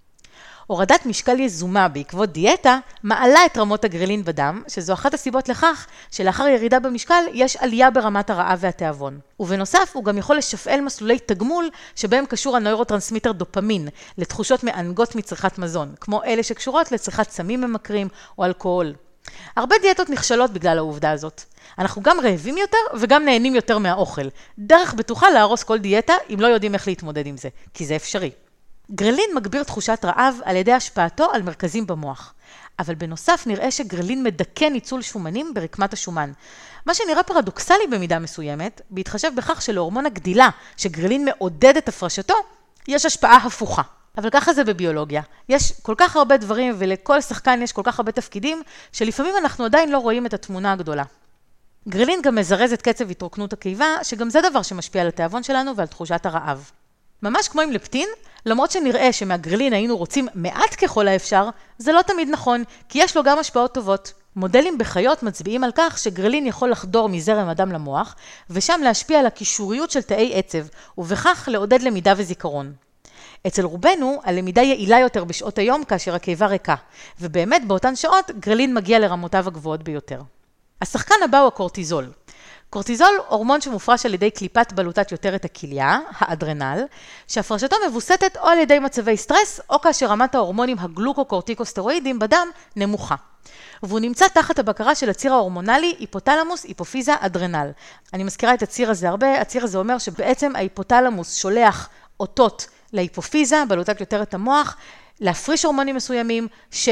הורדת משקל יזומה בעקבות דיאטה מעלה את רמות הגרלין בדם, שזו אחת הסיבות לכך שלאחר ירידה במשקל יש עלייה ברמת הרעב והתיאבון. ובנוסף הוא גם יכול לשפעל מסלולי תגמול שבהם קשור הנוירוטרנסמיטר דופמין לתחושות מענגות מצריכת מזון, כמו אלה שקשורות לצריכת סמים ממכרים או אלכוהול. הרבה דיאטות נכשלות בגלל העובדה הזאת. אנחנו גם רעבים יותר וגם נהנים יותר מהאוכל. דרך בטוחה להרוס כל דיאטה אם לא יודעים איך להתמודד עם זה, כי זה אפשרי. גרלין מגביר תחושת רעב על ידי השפעתו על מרכזים במוח. אבל בנוסף נראה שגרלין מדכא ניצול שומנים ברקמת השומן. מה שנראה פרדוקסלי במידה מסוימת, בהתחשב בכך שלהורמון הגדילה, שגרלין מעודד את הפרשתו, יש השפעה הפוכה. אבל ככה זה בביולוגיה. יש כל כך הרבה דברים ולכל שחקן יש כל כך הרבה תפקידים, שלפעמים אנחנו עדיין לא רואים את התמונה הגדולה. גרלין גם מזרז את קצב התרוקנות הקיבה, שגם זה דבר שמשפיע על התיאבון שלנו ועל תחושת הרעב. ממש כמו עם לפטין, למרות שנראה שמהגרלין היינו רוצים מעט ככל האפשר, זה לא תמיד נכון, כי יש לו גם השפעות טובות. מודלים בחיות מצביעים על כך שגרלין יכול לחדור מזרם הדם למוח, ושם להשפיע על הקישוריות של תאי עצב, ובכך לעודד למידה וזיכרון. אצל רובנו, הלמידה יעילה יותר בשעות היום כאשר הקיבה ריקה, ובאמת באותן שעות גרלין מגיע לרמותיו הגבוהות ביותר. השחקן הבא הוא הקורטיזול. קורטיזול הורמון שמופרש על ידי קליפת בלוטת יותרת הכליה, האדרנל, שהפרשתו מבוסתת או על ידי מצבי סטרס, או כאשר רמת ההורמונים הגלוקוקורטיקוסטרואידים בדם נמוכה. והוא נמצא תחת הבקרה של הציר ההורמונלי, היפותלמוס, היפופיזה, אדרנל. אני מזכירה את הציר הזה הרבה, הציר הזה אומר שבעצם ההיפותלמוס שולח אותות להיפופיזה, בלוטת יותרת המוח, להפריש הורמונים מסוימים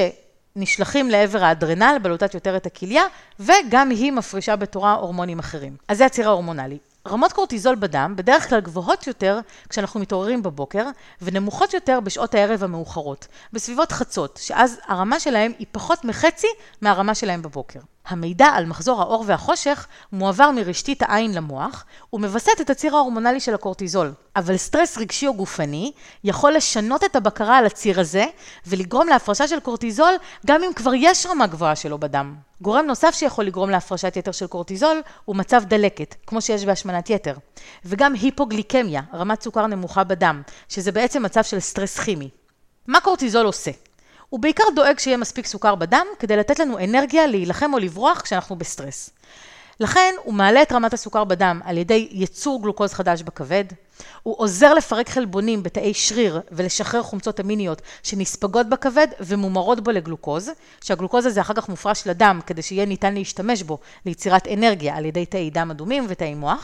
נשלחים לעבר האדרנל, בלוטת יותרת הכליה, וגם היא מפרישה בתורה הורמונים אחרים. אז זה הציר ההורמונלי. רמות קורטיזול בדם בדרך כלל גבוהות יותר כשאנחנו מתעוררים בבוקר, ונמוכות יותר בשעות הערב המאוחרות, בסביבות חצות, שאז הרמה שלהם היא פחות מחצי מהרמה שלהם בבוקר. המידע על מחזור האור והחושך מועבר מרשתית העין למוח, ומבסט את הציר ההורמונלי של הקורטיזול. אבל סטרס רגשי או גופני יכול לשנות את הבקרה על הציר הזה, ולגרום להפרשה של קורטיזול גם אם כבר יש רמה גבוהה שלו בדם. גורם נוסף שיכול לגרום להפרשת יתר של קורטיזול הוא מצב דלקת, כמו שיש בהשמנת יתר. וגם היפוגליקמיה, רמת סוכר נמוכה בדם, שזה בעצם מצב של סטרס כימי. מה קורטיזול עושה? הוא בעיקר דואג שיהיה מספיק סוכר בדם, כדי לתת לנו אנרגיה להילחם או לברוח כשאנחנו בסטרס. לכן הוא מעלה את רמת הסוכר בדם על ידי ייצור גלוקוז חדש בכבד, הוא עוזר לפרק חלבונים בתאי שריר ולשחרר חומצות אמיניות שנספגות בכבד ומומרות בו לגלוקוז, שהגלוקוז הזה אחר כך מופרש לדם כדי שיהיה ניתן להשתמש בו ליצירת אנרגיה על ידי תאי דם אדומים ותאי מוח.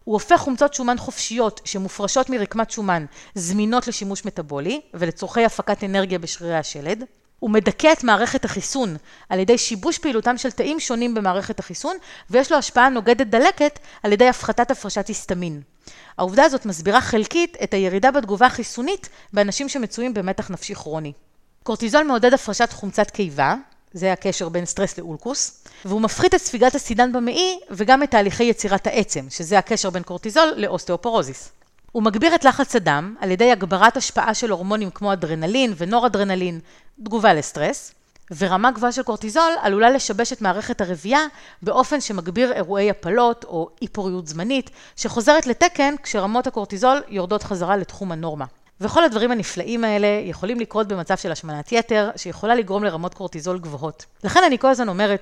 הוא הופך חומצות שומן חופשיות שמופרשות מרקמת שומן זמינות לשימוש מטאבולי ולצורכי הפקת אנרגיה בשרירי השלד. הוא מדכא את מערכת החיסון על ידי שיבוש פעילותם של תאים שונים במערכת החיסון, ויש לו השפעה נוגדת דלקת על ידי הפחתת הפרשת היסטמין. העובדה הזאת מסבירה חלקית את הירידה בתגובה החיסונית באנשים שמצויים במתח נפשי כרוני. קורטיזול מעודד הפרשת חומצת קיבה, זה הקשר בין סטרס לאולקוס, והוא מפחית את ספיגת הסידן במעי וגם את תהליכי יצירת העצם, שזה הקשר בין קורטיזול לאוסטאופורוזיס. הוא מגביר את לחץ הדם על ידי הגברת השפעה של הורמונים כמו אדרנלין ונורדרנלין, תגובה לסטרס, ורמה גבוהה של קורטיזול עלולה לשבש את מערכת הרבייה באופן שמגביר אירועי הפלות או אי-פוריות זמנית, שחוזרת לתקן כשרמות הקורטיזול יורדות חזרה לתחום הנורמה. וכל הדברים הנפלאים האלה יכולים לקרות במצב של השמנת יתר, שיכולה לגרום לרמות קורטיזול גבוהות. לכן אני כל הזמן אומרת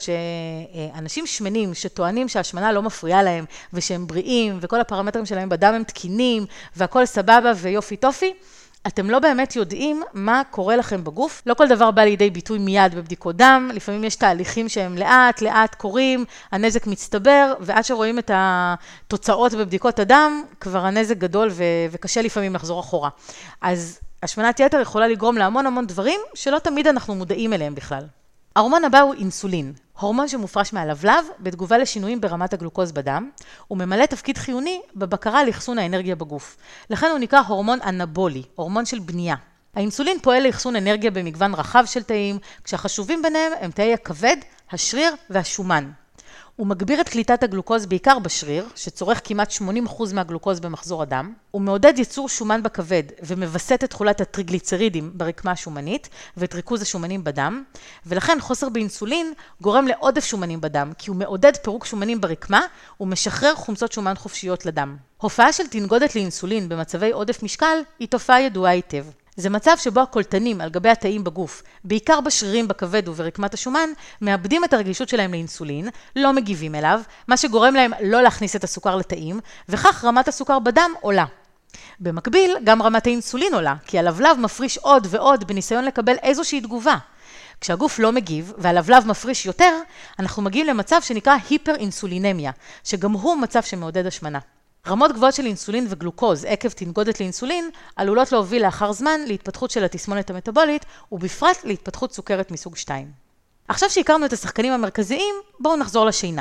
שאנשים שמנים שטוענים שהשמנה לא מפריעה להם, ושהם בריאים, וכל הפרמטרים שלהם בדם הם תקינים, והכל סבבה ויופי טופי, אתם לא באמת יודעים מה קורה לכם בגוף. לא כל דבר בא לידי ביטוי מיד בבדיקות דם, לפעמים יש תהליכים שהם לאט קורים, הנזק מצטבר, ועד שרואים את התוצאות בבדיקות הדם, כבר הנזק גדול וקשה לפעמים לחזור אחורה. אז השמנת יתר יכולה לגרום להמון דברים שלא תמיד אנחנו מודעים אליהם בכלל. ההורמון הבא הוא אינסולין, הורמון שמופרש מהלבלב בתגובה לשינויים ברמת הגלוקוז בדם, הוא ממלא תפקיד חיוני בבקרה על אחסון האנרגיה בגוף. לכן הוא נקרא הורמון אנבולי, הורמון של בנייה. האינסולין פועל לאחסון אנרגיה במגוון רחב של תאים, כשהחשובים ביניהם הם תאי הכבד, השריר והשומן. הוא מגביר את קליטת הגלוקוז בעיקר בשריר, שצורך כמעט 80% מהגלוקוז במחזור הדם. הוא מעודד ייצור שומן בכבד ומווסת את תכולת הטריגליצרידים ברקמה השומנית ואת ריכוז השומנים בדם, ולכן חוסר באינסולין גורם לעודף שומנים בדם, כי הוא מעודד פירוק שומנים ברקמה ומשחרר חומצות שומן חופשיות לדם. הופעה של תנגודת לאינסולין במצבי עודף משקל היא תופעה ידועה היטב. זה מצב שבו הקולטנים על גבי התאים בגוף, בעיקר בשרירים בכבד וברקמת השומן, מאבדים את הרגישות שלהם לאינסולין, לא מגיבים אליו, מה שגורם להם לא להכניס את הסוכר לתאים, וכך רמת הסוכר בדם עולה. במקביל, גם רמת האינסולין עולה, כי הלבלב מפריש עוד ועוד בניסיון לקבל איזושהי תגובה. כשהגוף לא מגיב והלבלב מפריש יותר, אנחנו מגיעים למצב שנקרא היפר-אינסולינמיה, שגם הוא מצב שמעודד השמנה. רמות גבוהות של אינסולין וגלוקוז עקב תנגודת לאינסולין עלולות להוביל לאחר זמן להתפתחות של התסמונת המטאבולית ובפרט להתפתחות סוכרת מסוג 2. עכשיו שהכרנו את השחקנים המרכזיים, בואו נחזור לשינה.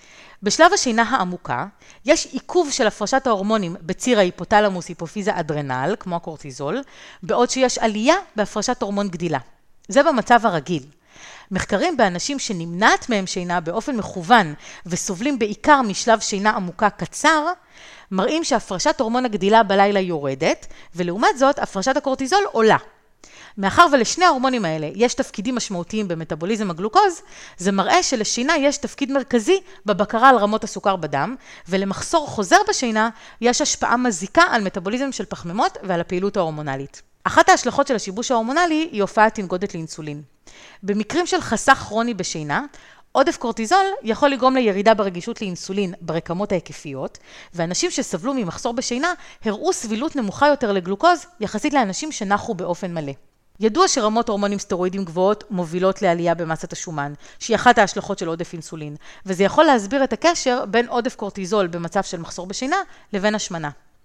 בשלב השינה העמוקה יש עיכוב של הפרשת ההורמונים בציר ההיפותלמוס היפופיזה אדרנל כמו הקורטיזול, בעוד שיש עלייה בהפרשת הורמון גדילה. זה במצב הרגיל. מחקרים באנשים שנמנעת מהם שינה באופן מכוון וסובלים בעיקר משלב שינה עמוקה קצר, מראים שהפרשת הורמון הגדילה בלילה יורדת, ולעומת זאת הפרשת הקורטיזול עולה. מאחר ולשני ההורמונים האלה יש תפקידים משמעותיים במטאבוליזם הגלוקוז, זה מראה שלשינה יש תפקיד מרכזי בבקרה על רמות הסוכר בדם, ולמחסור חוזר בשינה יש השפעה מזיקה על מטאבוליזם של פחמימות ועל הפעילות ההורמונלית. אחת ההשלכות של השיבוש ההורמונלי היא הופעת תנגודת לאינסולין. במקרים של חסך כרוני בשינה, עודף קורטיזול יכול לגרום לירידה ברגישות לאינסולין ברקמות ההיקפיות, ואנשים שסבלו ממחסור בשינה הראו סבילות נמוכה יותר לגלוקוז יחסית לאנשים שנחו באופן מלא. ידוע שרמות הורמונים סטרואידים גבוהות מובילות לעלייה במסת השומן, שהיא אחת ההשלכות של עודף אינסולין, וזה יכול להסביר את הקשר בין עודף קורטיזול במצב של מחסור בשינה לבין השמנה.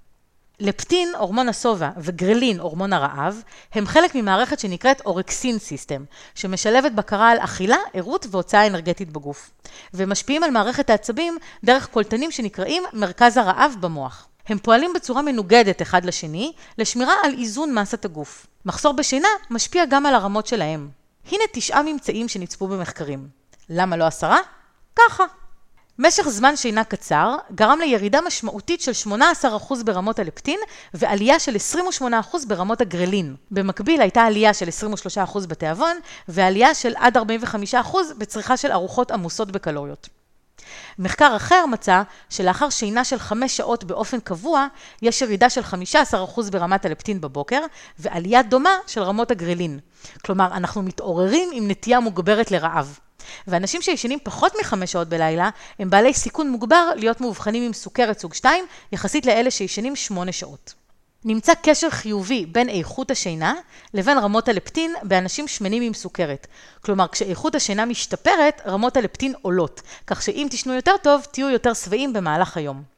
לפטין, הורמון הסובה, וגרלין, הורמון הרעב, הם חלק ממערכת שנקראת אורקסין סיסטם, שמשלבת בקרה על אכילה, עירות והוצאה אנרגטית בגוף. ומשפיעים על מערכת העצבים דרך קולטנים שנקראים מרכז הרעב במוח. הם פועלים בצורה מנוגדת אחד לשני, לשמירה על איזון מסת הגוף. מחסור בשינה משפיע גם על הרמות שלהם. הנה 9 ממצאים שנצפו במחקרים. למה לא 10? ככה. משך זמן שינה קצר גרם לירידה משמעותית של 18% ברמות הלפטין ועלייה של 28% ברמות הגרלין. במקביל הייתה עלייה של 23% בתיאבון ועלייה של עד 45% בצריכה של ארוחות עמוסות בקלוריות. מחקר אחר מצא שלאחר שינה של 5 שעות באופן קבוע יש ירידה של 15% ברמת הלפטין בבוקר ועלייה דומה של רמות הגרלין. כלומר, אנחנו מתעוררים עם נטייה מוגברת לרעב. ואנשים שישנים פחות מ5 שעות בלילה הם בעלי סיכון מוגבר להיות מאובחנים עם סוכרת סוג 2 יחסית לאלה שישנים 8 שעות. נמצא קשר חיובי בין איכות השינה לבין רמות הלפטין באנשים שמנים עם סוכרת. כלומר, כשאיכות השינה משתפרת, רמות הלפטין עולות, כך שאם תשנו יותר טוב, תהיו יותר שבעים במהלך היום.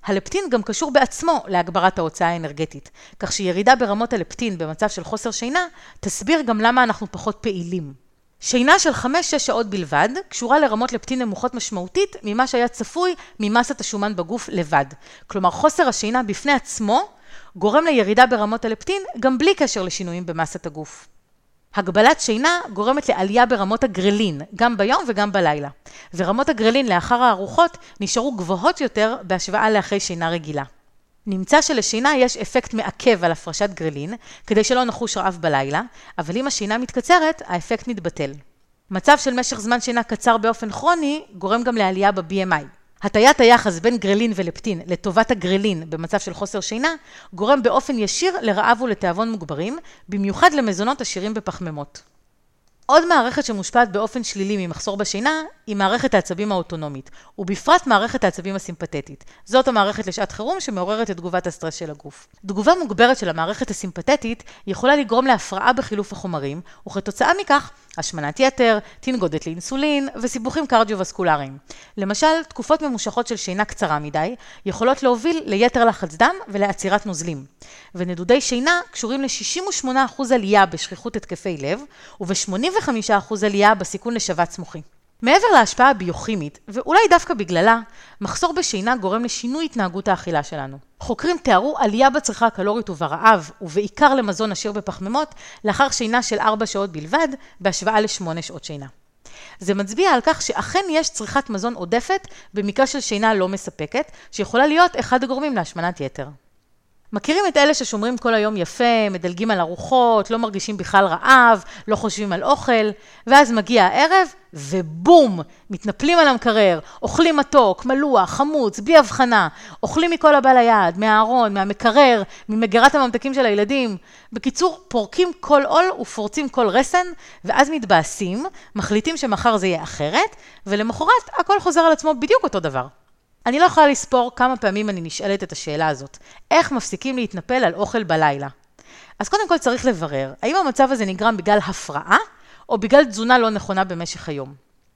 הלפטין גם קשור בעצמו להגברת ההוצאה האנרגטית, כך שירידה ברמות הלפטין במצב של חוסר שינה, תסביר גם למה אנחנו פחות פעילים. שינה של 5-6 שעות בלבד, קשורה לרמות לפטין נמוכות משמעותית ממה שהיה צפוי ממסת השומן בגוף לבד. כלומר, חוסר השינה בפני עצמו גורם לירידה ברמות הלפטין גם בלי קשר לשינויים במסת הגוף. הגבלת שינה גורמת לעלייה ברמות הגרלין, גם ביום וגם בלילה. ורמות הגרלין לאחר הארוחות נשארו גבוהות יותר בהשוואה לאחרי שינה רגילה. נמצא שלשינה יש אפקט מעכב על הפרשת גרלין, כדי שלא נחוש רעב בלילה, אבל אם השינה מתקצרת, האפקט מתבטל. מצב של משך זמן שינה קצר באופן כרוני, גורם גם לעלייה ב-BMI. הטיית היחס בין גרלין ולפטין לטובת הגרלין במצב של חוסר שינה, גורם באופן ישיר לרעב ולתאבון מוגברים, במיוחד למזונות עשירים בפחמימות. עוד מערכת שמושפעת באופן שלילי ממחסור בשינה, היא מערכת העצבים האוטונומית, ובפרט מערכת העצבים הסימפתטית. זאת המערכת לשעת חירום שמעוררת את תגובת הסטרס של הגוף. תגובה מוגברת של המערכת הסימפתטית יכולה לגרום להפרעה בחילוף החומרים, וכתוצאה מכך, השמנת יתר, תנגודת לאינסולין וסיבוכים קרדיו-וסקולריים. למשל, תקופות ממושכות של שינה קצרה מדי יכולות להוביל ליתר לחץ דם ולעצירת נוזלים. ונדודי שינה קשורים ל-68% עלייה בשכיחות התקפי לב וב-85% עלייה בסיכון לשבץ מוחי. מעבר להשפעה הביוכימית, ואולי דווקא בגללה, מחסור בשינה גורם לשינוי התנהגות האכילה שלנו. חוקרים תיארו עלייה בצריכה הקלורית וברעב, ובעיקר למזון עשיר בפחמימות, לאחר שינה של 4 שעות בלבד, בהשוואה ל8 שעות שינה. זה מצביע על כך שאכן יש צריכת מזון עודפת, במקרה של שינה לא מספקת, שיכולה להיות אחד הגורמים להשמנת יתר. מכירים את אלה ששומרים כל היום יפה, מדלגים על ארוחות, לא מרגישים בכלל רעב, לא חושבים על אוכל, ואז מגיע הערב, ובום, מתנפלים על המקרר, אוכלים מתוק, מלוח, חמוץ, בלי הבחנה, אוכלים מכל הבא ליד, מהארון, מהמקרר, ממגרת הממתקים של הילדים. בקיצור, פורקים כל עול ופורצים כל רסן, ואז מתבאסים, מחליטים שמחר זה יהיה אחרת, ולמחרת הכל חוזר על עצמו בדיוק אותו דבר. אני לא יכולה לספור כמה פעמים אני נשאלת את השאלה הזאת. איך מפסיקים להתנפל על אוכל בלילה? אז קודם כל צריך לברר, האם המצב הזה נגרם בגלל הפרעה, או בגלל תזונה לא נכונה במשך היום.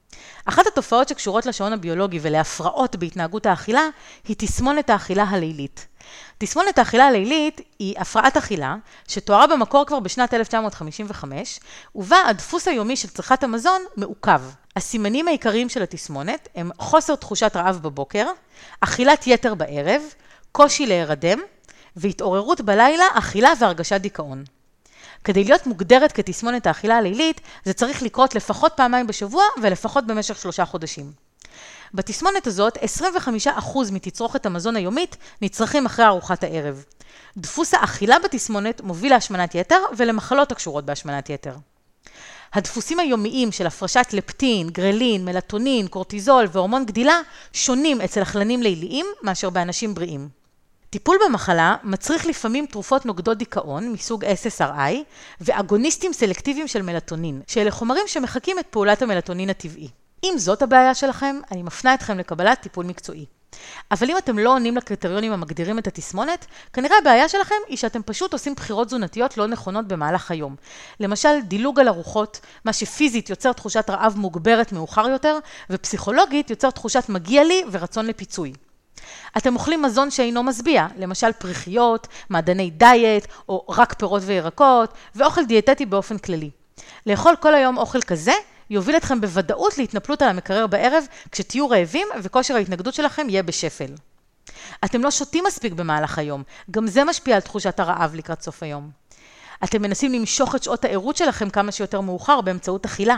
אחת התופעות שקשורות לשעון הביולוגי ולהפרעות בהתנהגות האכילה, היא תסמונת האכילה הלילית. תסמונת האכילה הלילית היא הפרעת אכילה, שתוארה במקור כבר בשנת 1955, ובה הדפוס היומי של צריכת המזון מעוכב. הסימנים העיקריים של התסמונת הם חוסר תחושת רעב בבוקר, אכילת יתר בערב, קושי להירדם, והתעוררות בלילה, אכילה והרגשת דיכאון. כדי להיות מוגדרת כתסמונת האכילה הלילית, זה צריך לקרות לפחות פעמיים בשבוע ולפחות במשך 3 חודשים. בתסמונת הזאת, 25% מתצרוכת המזון היומית נצרכים אחרי ארוחת הערב. דפוס האכילה בתסמונת מוביל להשמנת יתר ולמחלות הקשורות בהשמנת יתר. הדפוסים היומיים של הפרשת לפטין, גרלין, מלטונין, קורטיזול והורמון גדילה שונים אצל אכלנים ליליים מאשר באנשים בריאים. טיפול במחלה מצריך לפעמים תרופות נוגדות דיכאון מסוג SSRI ואגוניסטים סלקטיביים של מלטונין, שאלה חומרים שמחקים את פעולת המלטונין הטבעי. אם זאת הבעיה שלכם, אני מפנה אתכם לקבלת טיפול מקצועי. אבל אם אתם לא עונים לקריטריונים המגדירים את התסמונת, כנראה הבעיה שלכם היא שאתם פשוט עושים בחירות תזונתיות לא נכונות במהלך היום. למשל, דילוג על ארוחות, מה שפיזית יוצר תחושת רעב מוגברת מאוחר יותר, ופסיכולוגית יוצר תחושת מגיע לי ורצון לפיצוי. אתם אוכלים מזון שאינו משביע, למשל פריחיות, מעדני דיאט, או רק פירות וירקות, ואוכל דיאטטי באופן כללי. לאכול כל היום אוכל כזה, יוביל אתכם בוודאות להתנפלות על המקרר בערב, כשתהיו רעבים וכושר ההתנגדות שלכם יהיה בשפל. אתם לא שותים מספיק במהלך היום, גם זה משפיע על תחושת הרעב לקראת סוף היום. אתם מנסים למשוך את שעות העירות שלכם כמה שיותר מאוחר באמצעות אכילה.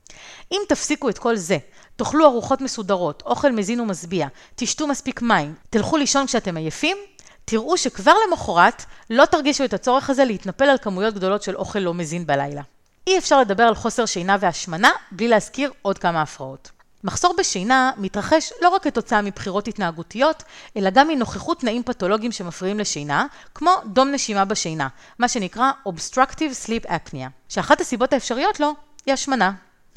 אם תפסיקו את כל זה, תאכלו ארוחות מסודרות, אוכל מזין ומשביע, תשתו מספיק מים, תלכו לישון כשאתם עייפים, תראו שכבר למחרת לא תרגישו את הצורך הזה להתנפל על כמויות גדולות של אוכל לא מזין בלילה. אי אפשר לדבר על חוסר שינה והשמנה בלי להזכיר עוד כמה הפרעות. מחסור בשינה מתרחש לא רק כתוצאה מבחירות התנהגותיות, אלא גם מנוכחות תנאים פתולוגיים שמפריעים לשינה, כמו דום נשימה בשינה, מה שנקרא Obstructive Sleep Apnea, שאחת הסיבות האפשריות לו היא השמנה.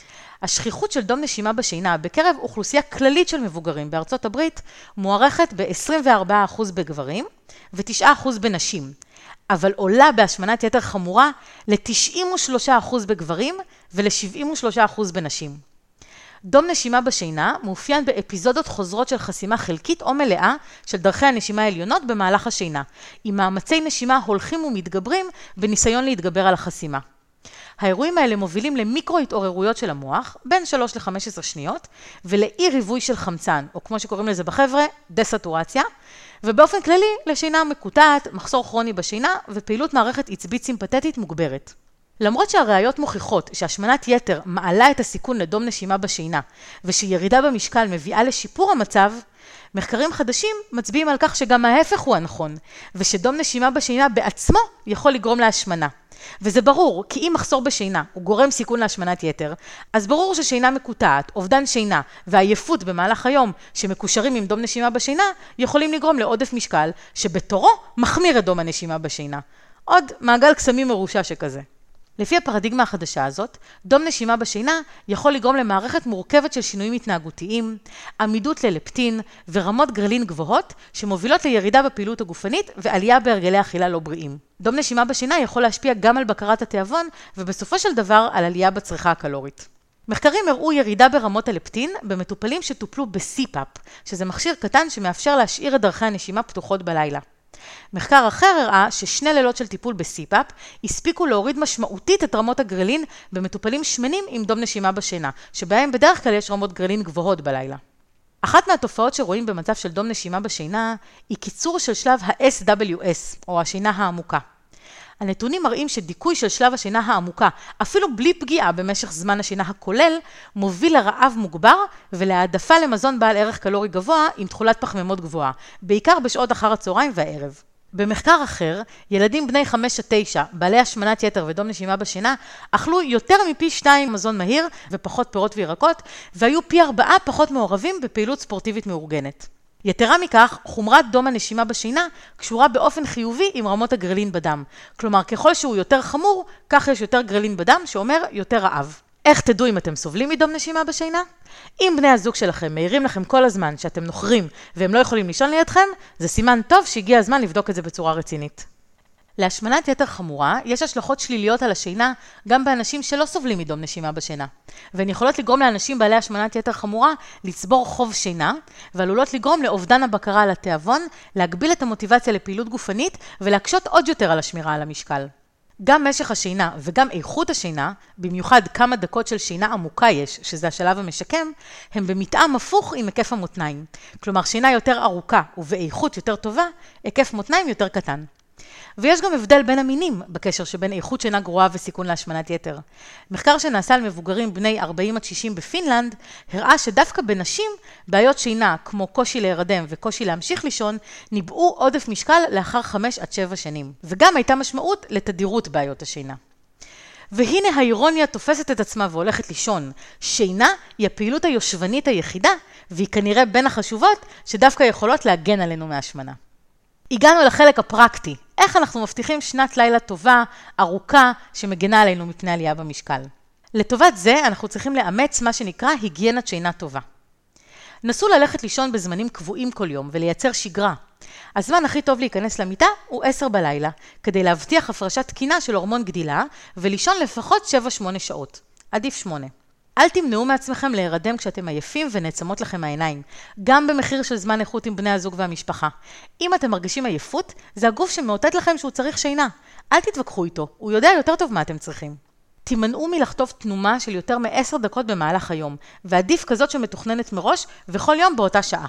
השכיחות של דום נשימה בשינה בקרב אוכלוסייה כללית של מבוגרים בארצות הברית מוערכת ב-24% בגברים ו9% בנשים, אבל עולה בהשמנת יתר חמורה ל-93% בגברים ול-73% בנשים. דום נשימה בשינה מאופיין באפיזודות חוזרות של חסימה חלקית או מלאה של דרכי הנשימה העליונות במהלך השינה, עם מאמצי נשימה הולכים ומתגברים בניסיון להתגבר על החסימה. האירועים האלה מובילים למיקרו התעוררויות של המוח, בין 3 ל-15 שניות, ולאי ריבוי של חמצן, או כמו שקוראים לזה בחבר'ה, דסטורציה, ובאופן כללי לשינה מקוטעת, מחסור כרוני בשינה, ופעילות מערכת עצבית סימפתטית מוגברת. למרות שהראיות מוכיחות שהשמנת יתר מעלה את הסיכון לדום נשימה בשינה, ושירידה במשקל מביאה לשיפור המצב, מחקרים חדשים מצביעים על כך שגם ההפך הוא הנכון, ושדום נשימה בשינה בעצמו יכול לגרום להשמנה. וזה ברור, כי אם מחסור בשינה הוא גורם סיכון להשמנת יתר, אז ברור ששינה מקוטעת, אובדן שינה ועייפות במהלך היום שמקושרים עם דום נשימה בשינה, יכולים לגרום לעודף משקל, שבתורו מחמיר את דום הנשימה בשינה. עוד מעגל קסמים מרושע שכזה. לפי הפרדיגמה החדשה הזאת, דום נשימה בשינה יכול לגרום למערכת מורכבת של שינויים התנהגותיים, עמידות ללפטין ורמות גרלין גבוהות שמובילות לירידה בפעילות הגופנית ועלייה בהרגלי אכילה לא בריאים. דום נשימה בשינה יכול להשפיע גם על בקרת התיאבון ובסופו של דבר על עלייה בצריכה הקלורית. מחקרים הראו ירידה ברמות הלפטין במטופלים שטופלו ב-CPAP, שזה מכשיר קטן שמאפשר להשאיר את דרכי הנשימה פתוחות בלילה. מחקר אחר הראה ששני לילות של טיפול ב-CPAP הספיקו להוריד משמעותית את רמות הגרלין במטופלים שמנים עם דום נשימה בשינה, שבהם בדרך כלל יש רמות גרלין גבוהות בלילה. אחת מהתופעות שרואים במצב של דום נשימה בשינה היא קיצור של שלב ה-SWS, או השינה העמוקה. הנתונים מראים שדיכוי של שלב השינה העמוקה, אפילו בלי פגיעה במשך זמן השינה הכולל, מוביל לרעב מוגבר ולהעדפה למזון בעל ערך קלורי גבוה עם תכולת פחמימות גבוהה, בעיקר בשעות אחר הצהריים והערב. במחקר אחר, ילדים בני 5-9, בעלי השמנת יתר ודום נשימה בשינה, אכלו יותר מפי 2 מזון מהיר ופחות פירות וירקות, והיו פי 4 פחות מעורבים בפעילות ספורטיבית מאורגנת. יתרה מכך, חומרת דום הנשימה בשינה קשורה באופן חיובי עם רמות הגרלין בדם. כלומר, ככל שהוא יותר חמור, כך יש יותר גרלין בדם, שאומר יותר רעב. איך תדעו אם אתם סובלים מדום נשימה בשינה? אם בני הזוג שלכם מעירים לכם כל הזמן שאתם נוחרים והם לא יכולים לישון לידכם, זה סימן טוב שהגיע הזמן לבדוק את זה בצורה רצינית. להשמנת יתר חמורה יש השלכות שליליות על השינה גם באנשים שלא סובלים מדום נשימה בשינה. והן יכולות לגרום לאנשים בעלי השמנת יתר חמורה לצבור חוב שינה, ועלולות לגרום לאובדן הבקרה על התיאבון, להגביל את המוטיבציה לפעילות גופנית ולהקשות עוד יותר על השמירה על המשקל. גם משך השינה וגם איכות השינה, במיוחד כמה דקות של שינה עמוקה יש, שזה השלב המשקם, הם במתאם הפוך עם היקף המותניים. כלומר, שינה יותר ארוכה ובאיכות יותר טובה, היקף מותניים יותר קטן. ויש גם הבדל בין המינים בקשר שבין איכות שינה גרועה וסיכון להשמנת יתר. מחקר שנעשה על מבוגרים בני 40-60 בפינלנד, הראה שדווקא בנשים, בעיות שינה כמו קושי להירדם וקושי להמשיך לישון, ניבאו עודף משקל לאחר 5-7 שנים. וגם הייתה משמעות לתדירות בעיות השינה. והנה האירוניה תופסת את עצמה והולכת לישון. שינה היא הפעילות היושבנית היחידה, והיא כנראה בין החשובות שדווקא יכולות להגן עלינו מהשמנה. הגענו לחלק הפרקטי. איך אנחנו מבטיחים שנת לילה טובה, ארוכה, שמגנה עלינו מפני עלייה במשקל. לטובת זה, אנחנו צריכים לאמץ מה שנקרא היגיינת שינה טובה. נסו ללכת לישון בזמנים קבועים כל יום ולייצר שגרה. הזמן הכי טוב להיכנס למיטה הוא 10 בלילה, כדי להבטיח הפרשת תקינה של הורמון גדילה, ולישון לפחות 7-8 שעות. עדיף 8. אל תמנעו מעצמכם להירדם כשאתם עייפים ונעצמות לכם העיניים, גם במחיר של זמן איכות עם בני הזוג והמשפחה. אם אתם מרגישים עייפות, זה הגוף שמאותת לכם שהוא צריך שינה. אל תתווכחו איתו, הוא יודע יותר טוב מה אתם צריכים. תימנעו מלחטוף תנומה של יותר מ10 דקות במהלך היום, ועדיף כזאת שמתוכננת מראש וכל יום באותה שעה.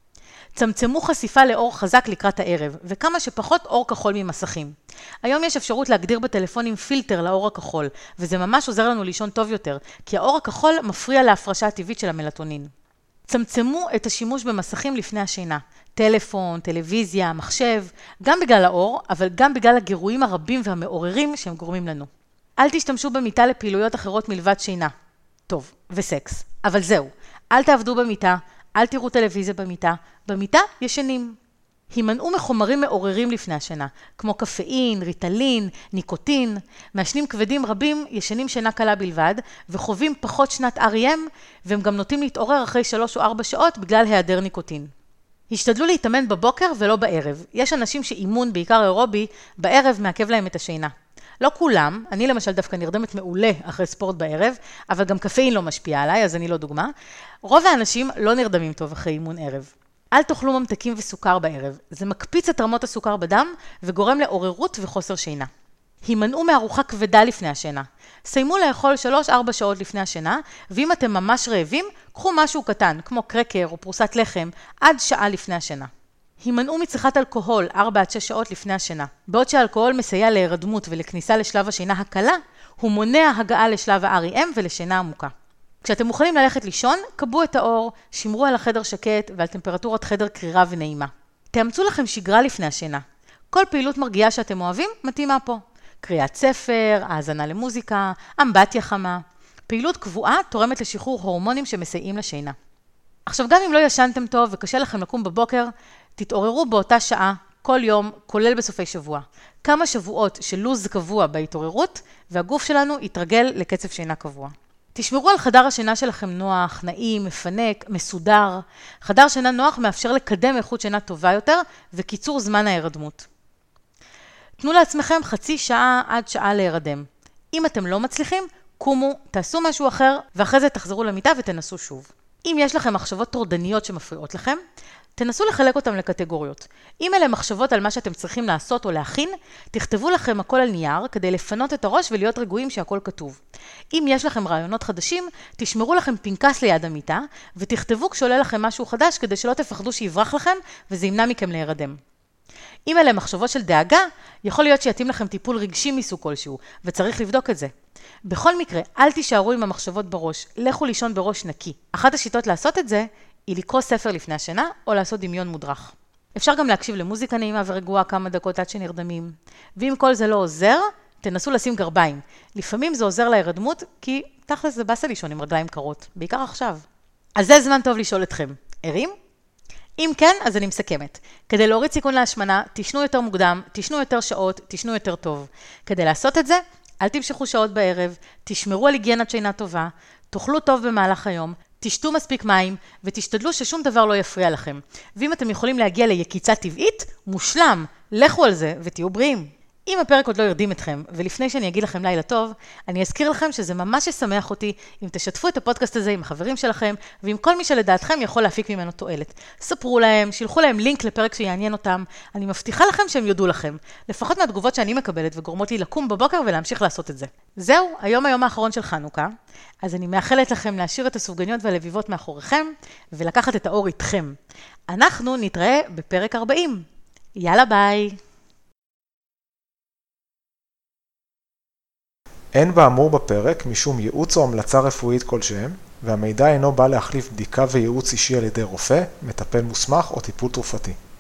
צמצמו חשיפה לאור חזק לקראת הערב, וכמה שפחות אור כחול ממסכים. היום יש אפשרות להגדיר בטלפונים פילטר לאור הכחול, וזה ממש עוזר לנו לישון טוב יותר, כי האור הכחול מפריע להפרשה הטבעית של המלטונין. צמצמו את השימוש במסכים לפני השינה. טלפון, טלוויזיה, מחשב, גם בגלל האור, אבל גם בגלל הגירויים הרבים והמעוררים שהם גורמים לנו. אל תשתמשו במיטה לפעילויות אחרות מלבד שינה. טוב, וסקס. אבל זהו, אל תעבדו במיטה, אל תראו טלוויזיה במיטה. במיטה ישנים. הימנעו מחומרים מעוררים לפני השינה, כמו קפאין, ריטלין, ניקוטין. מעשנים כבדים רבים ישנים שינה קלה בלבד, וחווים פחות שנת REM, והם גם נוטים להתעורר אחרי 3 או 4 שעות בגלל היעדר ניקוטין. השתדלו להתאמן בבוקר ולא בערב. יש אנשים שאימון, בעיקר אירובי, בערב מעכב להם את השינה. לא כולם, אני למשל דווקא נרדמת מעולה אחרי ספורט בערב, אבל גם קפאין לא משפיע עליי, אז אני לא דוגמה. רוב האנשים לא נרדמים טוב אחרי אימון ערב. אל תאכלו ממתקים וסוכר בערב, זה מקפיץ את רמות הסוכר בדם וגורם לעוררות וחוסר שינה. הימנעו מארוחה כבדה לפני השינה. סיימו לאכול 3-4 שעות לפני השינה, ואם אתם ממש רעבים, קחו משהו קטן, כמו קרקר או פרוסת לחם, עד שעה לפני השינה. הימנעו מצריכת אלכוהול 4-6 שעות לפני השינה. בעוד שהאלכוהול מסייע להירדמות ולכניסה לשלב השינה הקלה, הוא מונע הגעה לשלב ה-REM ולשינה עמוקה. כשאתם מוכנים ללכת לישון, קבעו את האור, שמרו על החדר שקט ועל טמפרטורת חדר קרירה ונעימה. תאמצו לכם שגרה לפני השינה. כל פעילות מרגיעה שאתם אוהבים, מתאימה פה. קריאת ספר, האזנה למוזיקה, אמבטיה חמה. פעילות קבועה תורמת לשחרור הורמונים שמסייעים לשינה. עכשיו, גם אם לא ישנתם טוב וקשה לכם לקום בבוקר, תתעוררו באותה שעה, כל יום, כולל בסופי שבוע. כמה שבועות של לוז קבוע בהתעוררות, והגוף שלנו יתרגל לקצב שינה קבוע. תשמרו על חדר השינה שלכם נוח, נעים, מפנק, מסודר. חדר שינה נוח מאפשר לקדם איכות שינה טובה יותר וקיצור זמן ההירדמות. תנו לעצמכם חצי שעה עד שעה להירדם. אם אתם לא מצליחים, קומו, תעשו משהו אחר, ואחרי זה תחזרו למיטה ותנסו שוב. אם יש לכם מחשבות טורדניות שמפריעות לכם, תנסו לחלק אותם לקטגוריות. אם אלה מחשבות על מה שאתם צריכים לעשות או להכין, תכתבו לכם הכל על נייר כדי לפנות את הראש ולהיות רגועים שהכל כתוב. אם יש לכם רעיונות חדשים, תשמרו לכם פנקס ליד המיטה, ותכתבו כשעולה לכם משהו חדש כדי שלא תפחדו שיברח לכם וזה ימנע מכם להירדם. אם אלה מחשבות של דאגה, יכול להיות שיתאים לכם טיפול רגשי מסוג כלשהו, וצריך לבדוק את זה. בכל מקרה, אל תישארו עם המחשבות בראש, לכו לישון בראש נקי. אחת השיטות לעשות את זה, היא לקרוא ספר לפני השינה, או לעשות דמיון מודרך. אפשר גם להקשיב למוזיקה נעימה ורגועה כמה דקות עד שנרדמים. ואם כל זה לא עוזר, תנסו לשים גרביים. לפעמים זה עוזר להירדמות, כי תכלס זה בסה לישון עם רגליים קרות, בעיקר עכשיו. אז זה זמן טוב לשאול אתכם. ערים? אם כן, אז אני מסכמת. כדי להוריד סיכון להשמנה, תשנו יותר מוקדם, תשנו יותר שעות, תשנו יותר טוב. כדי לעשות את זה, אל תמשכו שעות בערב, תשמרו על היגיינת שינה טובה, תאכלו טוב במהלך היום, תשתו מספיק מים, ותשתדלו ששום דבר לא יפריע לכם. ואם אתם יכולים להגיע ליקיצה טבעית, מושלם, לכו על זה ותהיו בריאים. אם הפרק עוד לא ירדים אתכם, ולפני שאני אגיד לכם לילה טוב, אני אזכיר לכם שזה ממש ישמח אותי אם תשתפו את הפודקאסט הזה עם החברים שלכם, ועם כל מי שלדעתכם יכול להפיק ממנו תועלת. ספרו להם, שילחו להם לינק לפרק שיעניין אותם, אני מבטיחה לכם שהם יודו לכם, לפחות מהתגובות שאני מקבלת וגורמות לי לקום בבוקר ולהמשיך לעשות את זה. זהו, היום האחרון של חנוכה, אז אני מאחלת לכם להשאיר את הסופגניות והלביבות מאחוריכם, ולקחת את האור איתכם. אנחנו נתראה בפרק 40. יאללה ביי. אין באמור בפרק משום ייעוץ או המלצה רפואית כלשהם, והמידע אינו בא להחליף בדיקה וייעוץ אישי על ידי רופא, מטפל מוסמך או טיפול תרופתי.